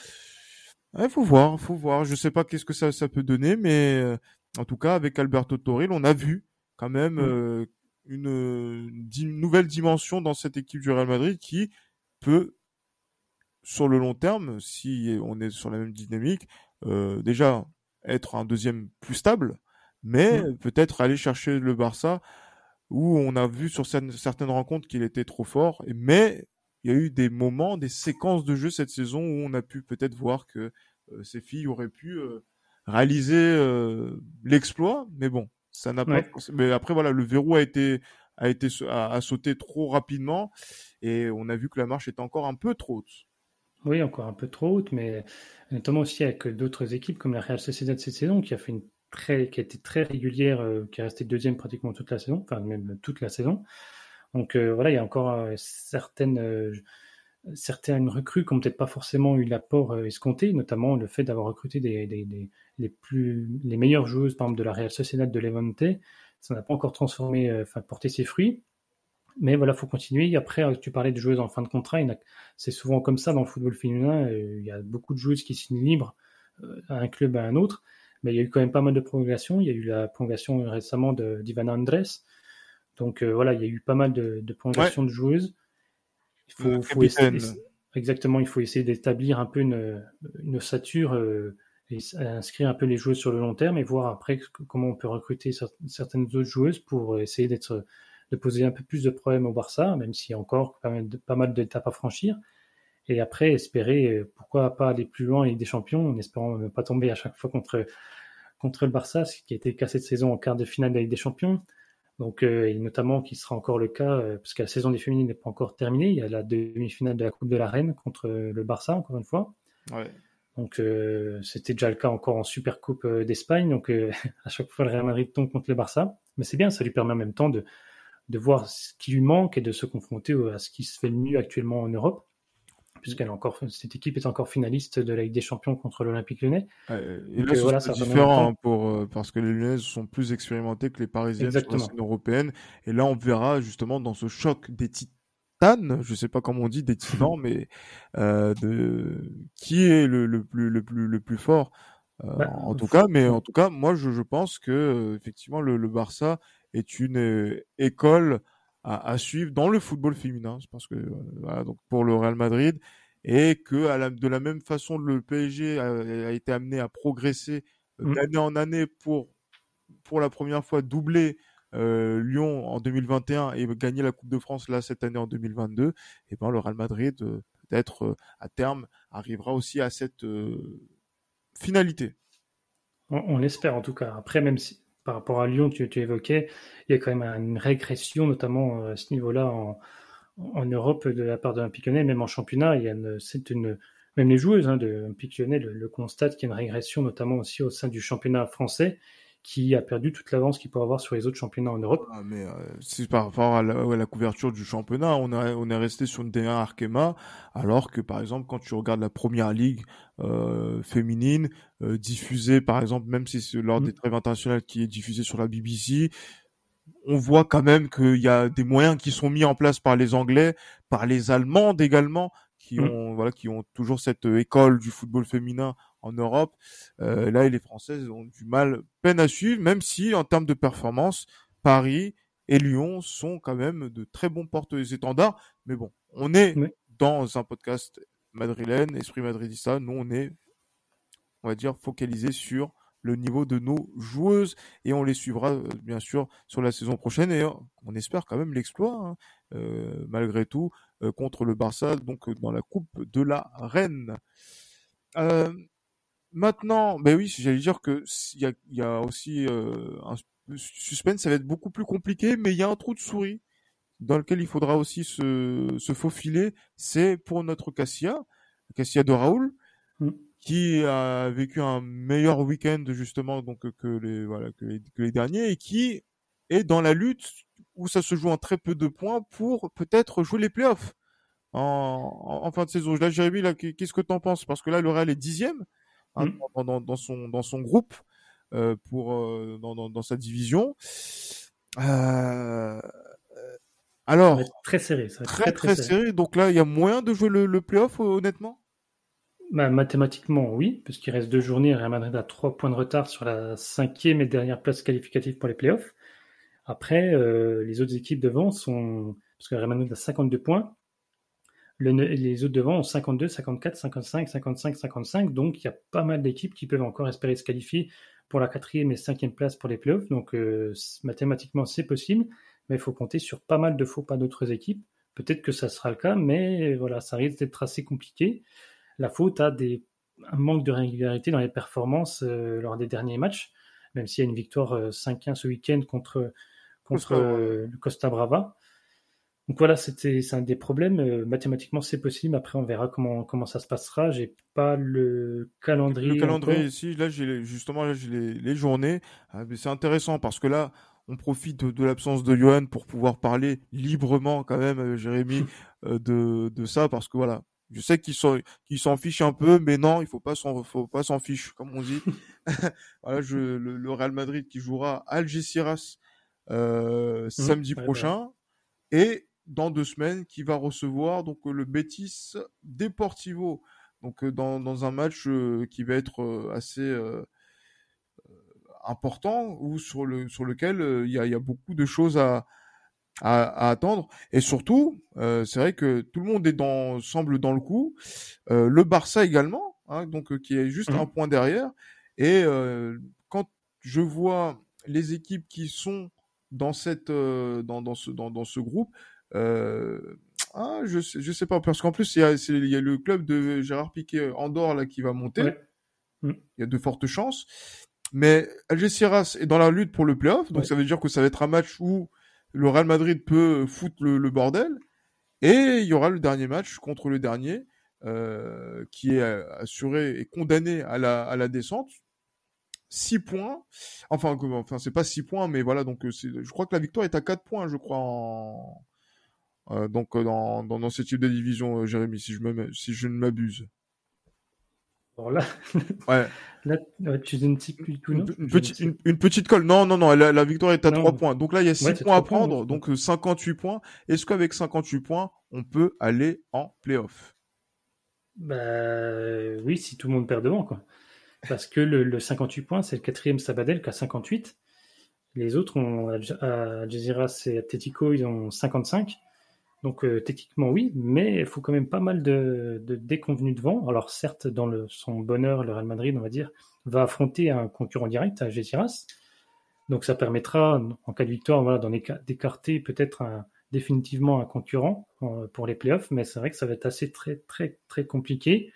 il faut voir, faut voir. Je sais pas qu'est-ce que ça, ça peut donner, mais euh, en tout cas avec Alberto Toril, on a vu quand même Mm. euh, une, une, une nouvelle dimension dans cette équipe du Real Madrid qui peut, sur le long terme, si on est sur la même dynamique, euh, déjà être un deuxième plus stable, mais Mm. peut-être aller chercher le Barça où on a vu sur certaines rencontres qu'il était trop fort, mais il y a eu des moments, des séquences de jeu cette saison où on a pu peut-être voir que euh, ces filles auraient pu euh, réaliser euh, l'exploit, mais bon, ça n'a pas. Ouais. Mais après voilà, le verrou a été a été a, a sauté trop rapidement et on a vu que la marche était encore un peu trop haute. Oui, encore un peu trop haute, mais notamment aussi avec d'autres équipes comme la Real Sociedad cette saison, qui a fait une très, qui a été très régulière, euh, qui est restée deuxième pratiquement toute la saison, enfin même toute la saison. Donc euh, voilà, il y a encore euh, certaines, euh, certaines recrues qui n'ont peut-être pas forcément eu l'apport euh, escompté, notamment le fait d'avoir recruté des, des, des, les, plus, les meilleures joueuses, par exemple de la Real Sociedad, de Levante. Ça n'a pas encore transformé, euh, enfin porté ses fruits. Mais voilà, faut continuer. Après, tu parlais de joueuses en fin de contrat. Il y a, c'est souvent comme ça dans le football féminin. Il y a beaucoup de joueuses qui signent libres à un club à un autre. Mais il y a eu quand même pas mal de prolongations. Il y a eu la prolongation récemment de, d'Ivana Andrés. Donc euh, voilà, il y a eu pas mal de, de prolongations ouais. de joueuses. Il faut, faut essayer, exactement, il faut essayer d'établir un peu une, une ossature euh, et inscrire un peu les joueuses sur le long terme et voir après comment on peut recruter certaines autres joueuses pour essayer d'être de poser un peu plus de problèmes au Barça, même s'il y a encore pas mal, de, pas mal d'étapes à franchir. Et après, espérer, pourquoi pas aller plus loin en Ligue des Champions, en espérant ne pas tomber à chaque fois contre, contre le Barça, ce qui a été le cas cette saison en quart de finale de la Ligue des Champions. Donc, euh, et notamment, qui sera encore le cas, euh, parce que la saison des féminines n'est pas encore terminée. Il y a la demi-finale de la Coupe de la Reine contre le Barça, encore une fois. Ouais. Donc, euh, c'était déjà le cas encore en Supercoupe d'Espagne. Donc, euh, à chaque fois, le Real Madrid tombe contre le Barça. Mais c'est bien, ça lui permet en même temps de de voir ce qui lui manque et de se confronter à ce qui se fait le mieux actuellement en Europe, puisqu'elle est encore, cette équipe est encore finaliste de la Ligue des Champions contre l'Olympique Lyonnais. Euh, et Donc, là, euh, voilà, c'est différent hein, pour, euh, parce que les Lyonnaises sont plus expérimentées que les Parisiennes Exactement. Sur la scène européenne. Et là, on verra justement dans ce choc des titanes, je sais pas comment on dit, des titans, mais euh, de qui est le, le plus le plus le plus fort. Euh, bah, en tout cas, mais en tout cas, moi, je, je pense que euh, effectivement, le, le Barça est une euh, école à, à suivre dans le football féminin. Je pense que euh, voilà, donc pour le Real Madrid et que à la, de la même façon, le P S G a, a été amené à progresser euh, mmh. d'année en année pour pour la première fois doubler euh, Lyon en deux mille vingt et un et gagner la Coupe de France là cette année en deux mille vingt-deux. Et ben le Real Madrid euh, peut-être euh, à terme arrivera aussi à cette euh, finalité. On, on l'espère en tout cas. Après, même si par rapport à Lyon, tu, tu évoquais, il y a quand même une régression, notamment à ce niveau-là en, en Europe de la part de l'Olympique Lyonnais, même en championnat. Il y a une, c'est une, même les joueuses hein, de l'Olympique Lyonnais le, le constatent qu'il y a une régression, notamment aussi au sein du championnat français, qui a perdu toute l'avance qu'il peut avoir sur les autres championnats en Europe. Ah, mais euh, c'est par rapport à la, à la couverture du championnat, on, a, on est resté sur une D un Arkema, alors que par exemple quand tu regardes la première ligue euh, féminine, euh, diffusée par exemple, même si c'est lors mmh. des trêves internationales qui est diffusée sur la B B C, on voit quand même qu'il y a des moyens qui sont mis en place par les Anglais, par les Allemandes également, qui ont mmh. voilà qui ont toujours cette école du football féminin en Europe. Euh, là, et les Françaises ont du mal, peine à suivre, même si en termes de performance, Paris et Lyon sont quand même de très bons porte-étendards. Mais bon, on est oui. dans un podcast madrilène, Esprit Madridista. Nous, on est, on va dire, focalisé sur le niveau de nos joueuses et on les suivra euh, bien sûr sur la saison prochaine et euh, on espère quand même l'exploit hein, euh, malgré tout euh, contre le Barça donc euh, dans la Coupe de la Reine. Euh, maintenant, ben oui, j'allais dire que il y a, y a aussi euh, un suspense, ça va être beaucoup plus compliqué, mais il y a un trou de souris dans lequel il faudra aussi se, se faufiler. C'est pour notre Cassia, Cassia de Raoul. Mm. qui a vécu un meilleur week-end justement donc que les voilà que les, que les derniers et qui est dans la lutte où ça se joue en très peu de points pour peut-être jouer les playoffs en, en, en fin de saison. Là, Jérémy, là, qu'est-ce que t'en penses? Parce que là, le Real est dixième hein, mmh. dans, dans, dans son dans son groupe euh, pour euh, dans, dans dans sa division. Euh, alors, ça va être très serré, ça va être très très, très, très serré. serré. Donc là, il y a moyen de jouer le, le playoff honnêtement. Bah, mathématiquement, oui, parce qu'il reste deux journées. Real Madrid a trois points de retard sur la cinquième et dernière place qualificative pour les playoffs. Après, euh, les autres équipes devant sont... Parce que Real Madrid a cinquante-deux points. Le, les autres devant ont cinquante-deux, cinquante-quatre, cinquante-cinq, cinquante-cinq, cinquante-cinq. Donc, il y a pas mal d'équipes qui peuvent encore espérer se qualifier pour la quatrième et cinquième place pour les playoffs. Donc, euh, mathématiquement, c'est possible. Mais il faut compter sur pas mal de faux pas d'autres équipes. Peut-être que ça sera le cas, mais voilà, ça risque d'être assez compliqué. La faute à des, un manque de régularité dans les performances euh, lors des derniers matchs, même s'il y a une victoire euh, cinq un ce week-end contre, contre euh, le Costa Brava. Donc voilà, c'était, c'est un des problèmes. Euh, mathématiquement, c'est possible. Après, on verra comment, comment ça se passera. J'ai pas le calendrier. Le calendrier ici, là, j'ai les, justement, là, j'ai les, les journées. Ah, mais c'est intéressant parce que là, on profite de, de l'absence de Johan pour pouvoir parler librement quand même, euh, Jérémy, euh, de, de ça, parce que voilà, je sais qu'ils s'en, qu'ils s'en fichent un peu, mais non, il faut pas s'en, faut pas s'en fiche, comme on dit. Voilà, je, le, le Real Madrid qui jouera Algeciras euh, Mmh, samedi ouais, prochain, et dans deux semaines, qui va recevoir donc le Betis Deportivo, donc euh, dans, dans un match euh, qui va être euh, assez euh, important, ou sur le sur lequel euh, il y a, il y a beaucoup de choses à, à, à attendre, et surtout euh, c'est vrai que tout le monde est dans semble dans le coup, euh, le Barça également, hein, donc euh, qui est juste ouais. un Mmh. point derrière, et euh, quand je vois les équipes qui sont dans cette euh, dans dans ce dans dans ce groupe, euh, ah, je sais, je sais pas, parce qu'en plus il y a c'est- il y a le club de Gérard Piqué Andorre là qui va monter, Ouais. Mmh. il y a de fortes chances. Mais Algeciras est dans la lutte pour le playoff, donc Ouais. ça veut dire que ça va être un match où le Real Madrid peut foutre le, le bordel. Et il y aura le dernier match contre le dernier, euh, qui est assuré et condamné à la, à la descente. Six points. Enfin, comment, enfin, c'est pas six points, mais voilà, donc c'est, je crois que la victoire est à quatre points, je crois, en, euh, donc dans, dans, dans ce type de division, euh, Jérémy, si je, me, si je ne m'abuse. Alors là, Ouais. là, ouais, tu ne sais plus tout, Une, non? une, Je ne petite, sais. une, une petite colle. Non, non, non, la, la victoire est à trois Non. points. Donc là, il y a six Ouais, c'est points à trois points, prendre, oui. donc euh, cinquante-huit points. Est-ce qu'avec cinquante-huit points, on peut aller en playoff? Bah, oui, si tout le monde perd devant, quoi. Parce que le, le cinquante-huit points, c'est le quatrième Sabadell qui a cinquante-huit. Les autres ont, à Algeciras et Atletico, ils ont cinquante-cinq. Donc, euh, techniquement, oui, mais il faut quand même pas mal de, de déconvenus devant. Alors, certes, dans le, son bonheur, le Real Madrid, on va dire, va affronter un concurrent direct, Algeciras. Donc, ça permettra, en cas de victoire, voilà, d'en éca- d'écarter peut-être un, définitivement un concurrent euh, pour les playoffs. Mais c'est vrai que ça va être assez très, très, très compliqué.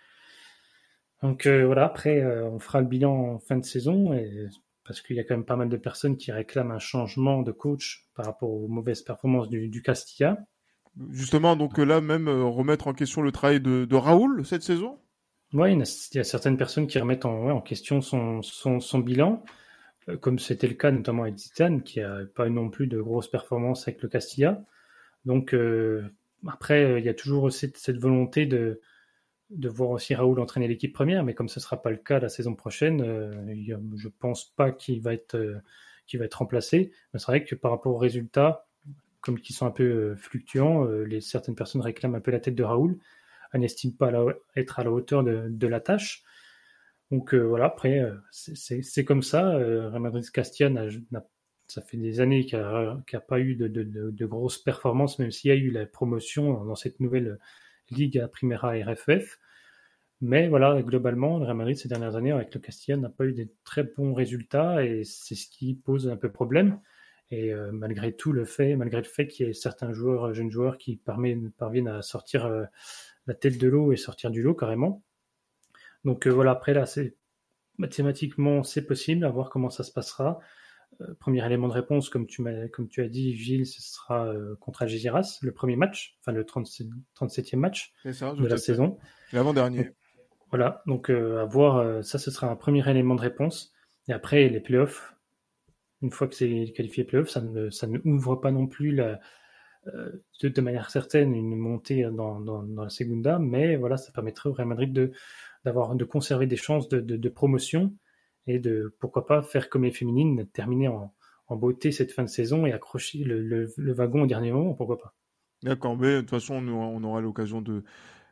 Donc euh, voilà, après, euh, on fera le bilan en fin de saison, et, parce qu'il y a quand même pas mal de personnes qui réclament un changement de coach par rapport aux mauvaises performances du, du Castilla. Justement, donc euh, là, même euh, remettre en question le travail de, de Raoul cette saison? Ouais, il y, a, il y a certaines personnes qui remettent en, ouais, en question son, son, son bilan, euh, comme c'était le cas notamment avec Zidane, qui a pas eu non plus de grosses performances avec le Castilla. Donc euh, après, euh, il y a toujours cette, cette volonté de, de voir aussi Raoul entraîner l'équipe première, mais comme ce ne sera pas le cas la saison prochaine, euh, y a, je ne pense pas qu'il va être, euh, qu'il va être remplacé. Mais c'est vrai que par rapport aux résultats, comme qui sont un peu euh, fluctuants, euh, les, certaines personnes réclament un peu la tête de Raoul. Elle n'estime pas la, être à la hauteur de, de la tâche. Donc euh, voilà, après, euh, c'est, c'est, c'est comme ça. Euh, Real Madrid Castilla, n'a, n'a, ça fait des années qu'il n'y a, qu'il n'y a pas eu de, de, de, de grosses performances, même s'il y a eu la promotion dans cette nouvelle Ligue à Primera R F F. Mais voilà, globalement, le Real Madrid ces dernières années avec le Castilla n'a pas eu de très bons résultats, et c'est ce qui pose un peu problème. Et euh, malgré tout le fait, malgré le fait qu'il y ait certains joueurs, jeunes joueurs qui parviennent, parviennent à sortir euh, la tête de l'eau et sortir du lot carrément. Donc euh, voilà, après là, c'est mathématiquement c'est possible, à voir comment ça se passera. Euh, premier élément de réponse, comme tu m'as, comme tu as dit, Gilles, ce sera euh, contre Algeciras, le premier match, enfin le trente-septième match C'est ça, de la fait. saison. L'avant-dernier. Donc, voilà, donc euh, à voir, euh, ça ce sera un premier élément de réponse. Et après, les playoffs, une fois que c'est qualifié playoffs, ça ne, ça ne ouvre pas non plus la, euh, de, de manière certaine une montée dans, dans, dans la Segunda, mais voilà, ça permettrait au Real Madrid de, d'avoir, de conserver des chances de, de, de promotion, et de, pourquoi pas, faire comme les féminines, terminer en, en beauté cette fin de saison et accrocher le, le, le wagon au dernier moment, pourquoi pas. D'accord, mais de toute façon, on aura, on aura l'occasion de,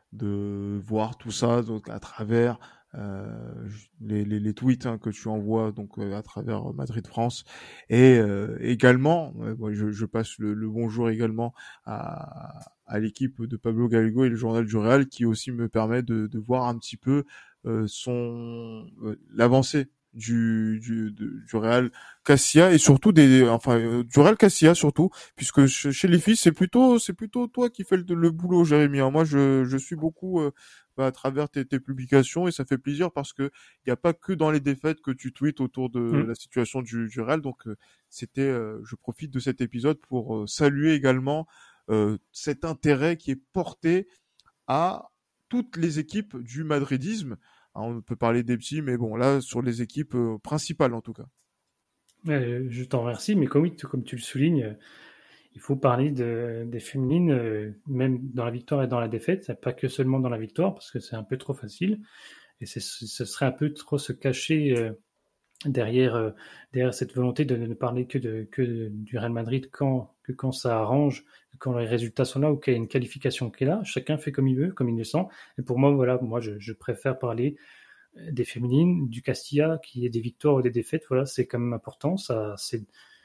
de voir tout ça donc, à travers euh, les, les, les tweets hein, que tu envoies donc euh, à travers Madrid France, et euh, également euh, moi, je, je passe le, le bonjour également à, à l'équipe de Pablo Gallego et le journal du Real, qui aussi me permet de, de voir un petit peu euh, son euh, l'avancée du du du, du Real Castilla, et surtout des enfin euh, du Real Castilla surtout, puisque chez les filles c'est plutôt c'est plutôt toi qui fais le, le boulot, Jérémy. Hein. Moi je je suis beaucoup euh, bah, à travers tes, tes publications, et ça fait plaisir parce que il y a pas que dans les défaites que tu tweets autour de Mmh. la situation du, du Real. Donc euh, c'était euh, je profite de cet épisode pour euh, saluer également euh, cet intérêt qui est porté à toutes les équipes du madridisme. Hein, on peut parler des petits, mais bon, là, sur les équipes euh, principales en tout cas. Euh, je t'en remercie, mais comme, oui, comme tu le soulignes, euh, il faut parler de, des féminines, euh, même dans la victoire et dans la défaite, pas que seulement dans la victoire, parce que c'est un peu trop facile. Et c'est, ce serait un peu trop se cacher euh, derrière, euh, derrière cette volonté de ne parler que, de, que de, du Real Madrid quand, que quand ça arrange, quand les résultats sont là ou qu'il y a une qualification qui est là. Chacun fait comme il veut, comme il le sent. Et pour moi, voilà, moi, je, je préfère parler des féminines, du Castilla, qui est des victoires ou des défaites. Voilà, c'est quand même important. Ça, c'est,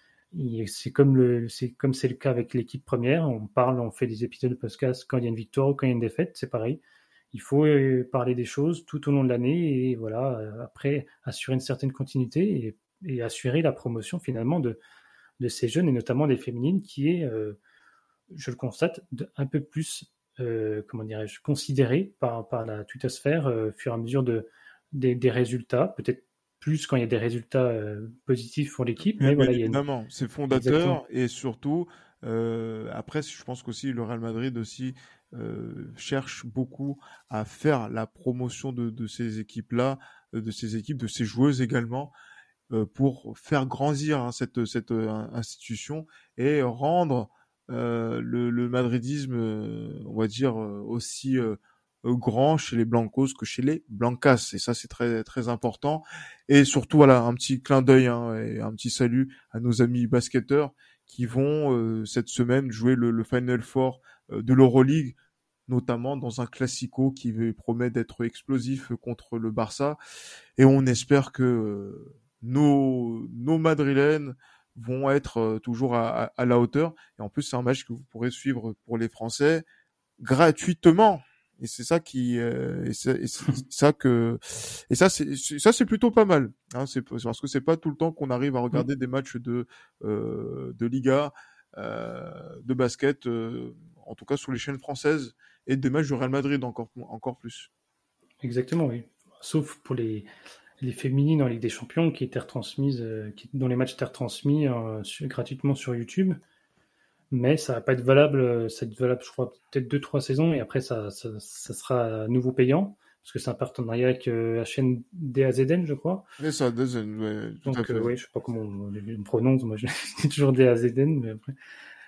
c'est comme le, c'est comme c'est le cas avec l'équipe première. On parle, on fait des épisodes de podcast quand il y a une victoire ou quand il y a une défaite. C'est pareil. Il faut parler des choses tout au long de l'année et voilà, après assurer une certaine continuité et, et assurer la promotion finalement de, de ces jeunes et notamment des féminines qui est, euh, je le constate, de, un peu plus, euh, comment dirais-je, considérée par, par la twittosphère euh, au fur et à mesure de, des, des résultats, peut-être plus quand il y a des résultats euh, positifs pour l'équipe, Bien, mais bien voilà, il y a une... évidemment, c'est Exactement. fondateur et surtout, euh, après, je pense qu'aussi le Real Madrid aussi euh, cherche beaucoup à faire la promotion de, de ces équipes-là, euh, de ces équipes, de ces joueuses également, euh, pour faire grandir hein, cette, cette euh, institution et rendre euh, le, le madridisme, euh, on va dire, euh, aussi euh, grand chez les Blancos que chez les Blancas. Et ça, c'est très très important. Et surtout, voilà, un petit clin d'œil hein, et un petit salut à nos amis basketteurs qui vont euh, cette semaine jouer le, le Final Four euh, de l'Euroleague, notamment dans un classico qui promet d'être explosif contre le Barça. Et on espère que euh, nos, nos Madrilènes vont être euh, toujours à, à, à la hauteur. Et en plus, c'est un match que vous pourrez suivre pour les Français gratuitement. Et c'est ça qui, euh, et c'est, et c'est ça que, et ça c'est, ça c'est plutôt pas mal. Hein, c'est parce que c'est pas tout le temps qu'on arrive à regarder mmh. des matchs de euh, de Liga, euh, de basket, euh, en tout cas sur les chaînes françaises, et des matchs du Real Madrid encore encore plus. Exactement, oui. Sauf pour les les féminines en Ligue des Champions qui étaient retransmises, euh, qui, dont les matchs étaient retransmis euh, sur, gratuitement sur YouTube. Mais ça va pas être valable, ça va être valable, je crois, peut-être deux, trois saisons, et après, ça, ça, ça sera à nouveau payant, parce que c'est un partenariat avec euh, la chaîne D A Z N, je crois. C'est ça, D A Z N, ouais, tout Donc, à fait. Euh, oui, je sais pas comment on, on prononce, moi, je dis toujours D A Z N, mais après.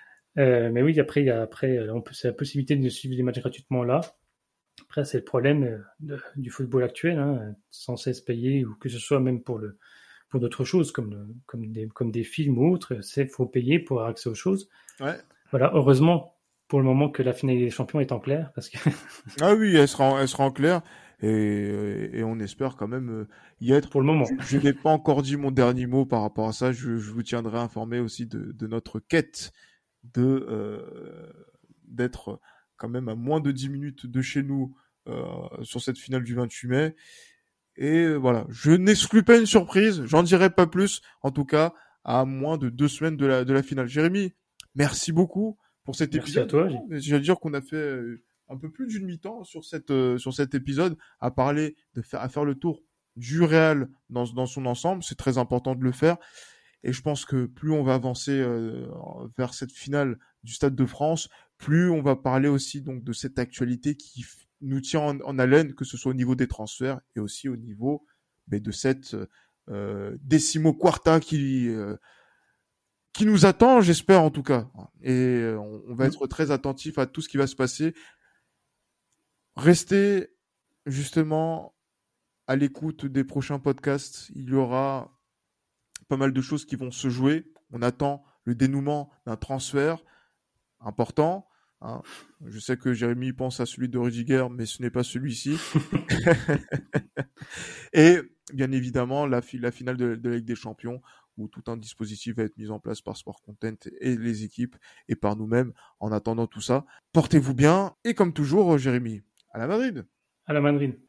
Euh, mais oui, après, il y a, après, on peut, c'est la possibilité de suivre les matchs gratuitement là. Après, c'est le problème de, du football actuel, hein, sans cesse payé, ou que ce soit même pour le, pour d'autres choses, comme, le, comme, des, comme des films ou autres, c'est faut payer pour avoir accès aux choses. Ouais. Voilà, heureusement pour le moment que la finale des champions est en clair, parce que ah oui, elle sera, elle sera en clair, et, et on espère quand même y être. Pour le moment. Je, je n'ai pas encore dit mon dernier mot par rapport à ça. Je, je vous tiendrai informé aussi de, de notre quête de euh, d'être quand même à moins de dix minutes de chez nous euh, sur cette finale du vingt-huit mai. Et voilà, je n'exclus pas une surprise, j'en dirai pas plus, en tout cas, à moins de deux semaines de la, de la finale. Jérémy, merci beaucoup pour cet merci épisode. Merci à toi. Je veux dire qu'on a fait un peu plus d'une mi-temps sur, cette, euh, sur cet épisode, à parler, de faire, à faire le tour du Real dans, dans son ensemble. C'est très important de le faire. Et je pense que plus on va avancer euh, vers cette finale du Stade de France, plus on va parler aussi donc de cette actualité qui nous tient en, en haleine, que ce soit au niveau des transferts et aussi au niveau mais de cette euh, décimo quarta qui euh, qui nous attend, j'espère en tout cas. Et euh, on, on va être très attentif à tout ce qui va se passer. Restez justement à l'écoute des prochains podcasts. Il y aura pas mal de choses qui vont se jouer. On attend le dénouement d'un transfert important. Hein. Je sais que Jérémy pense à celui de Rudiger, mais ce n'est pas celui-ci. Et bien évidemment, la, fi- la finale de, de la Ligue des Champions, où tout un dispositif va être mis en place par Sport Content et les équipes, et par nous-mêmes. En attendant tout ça, portez-vous bien. Et comme toujours, Jérémy, à la Madrid. À la Madrid.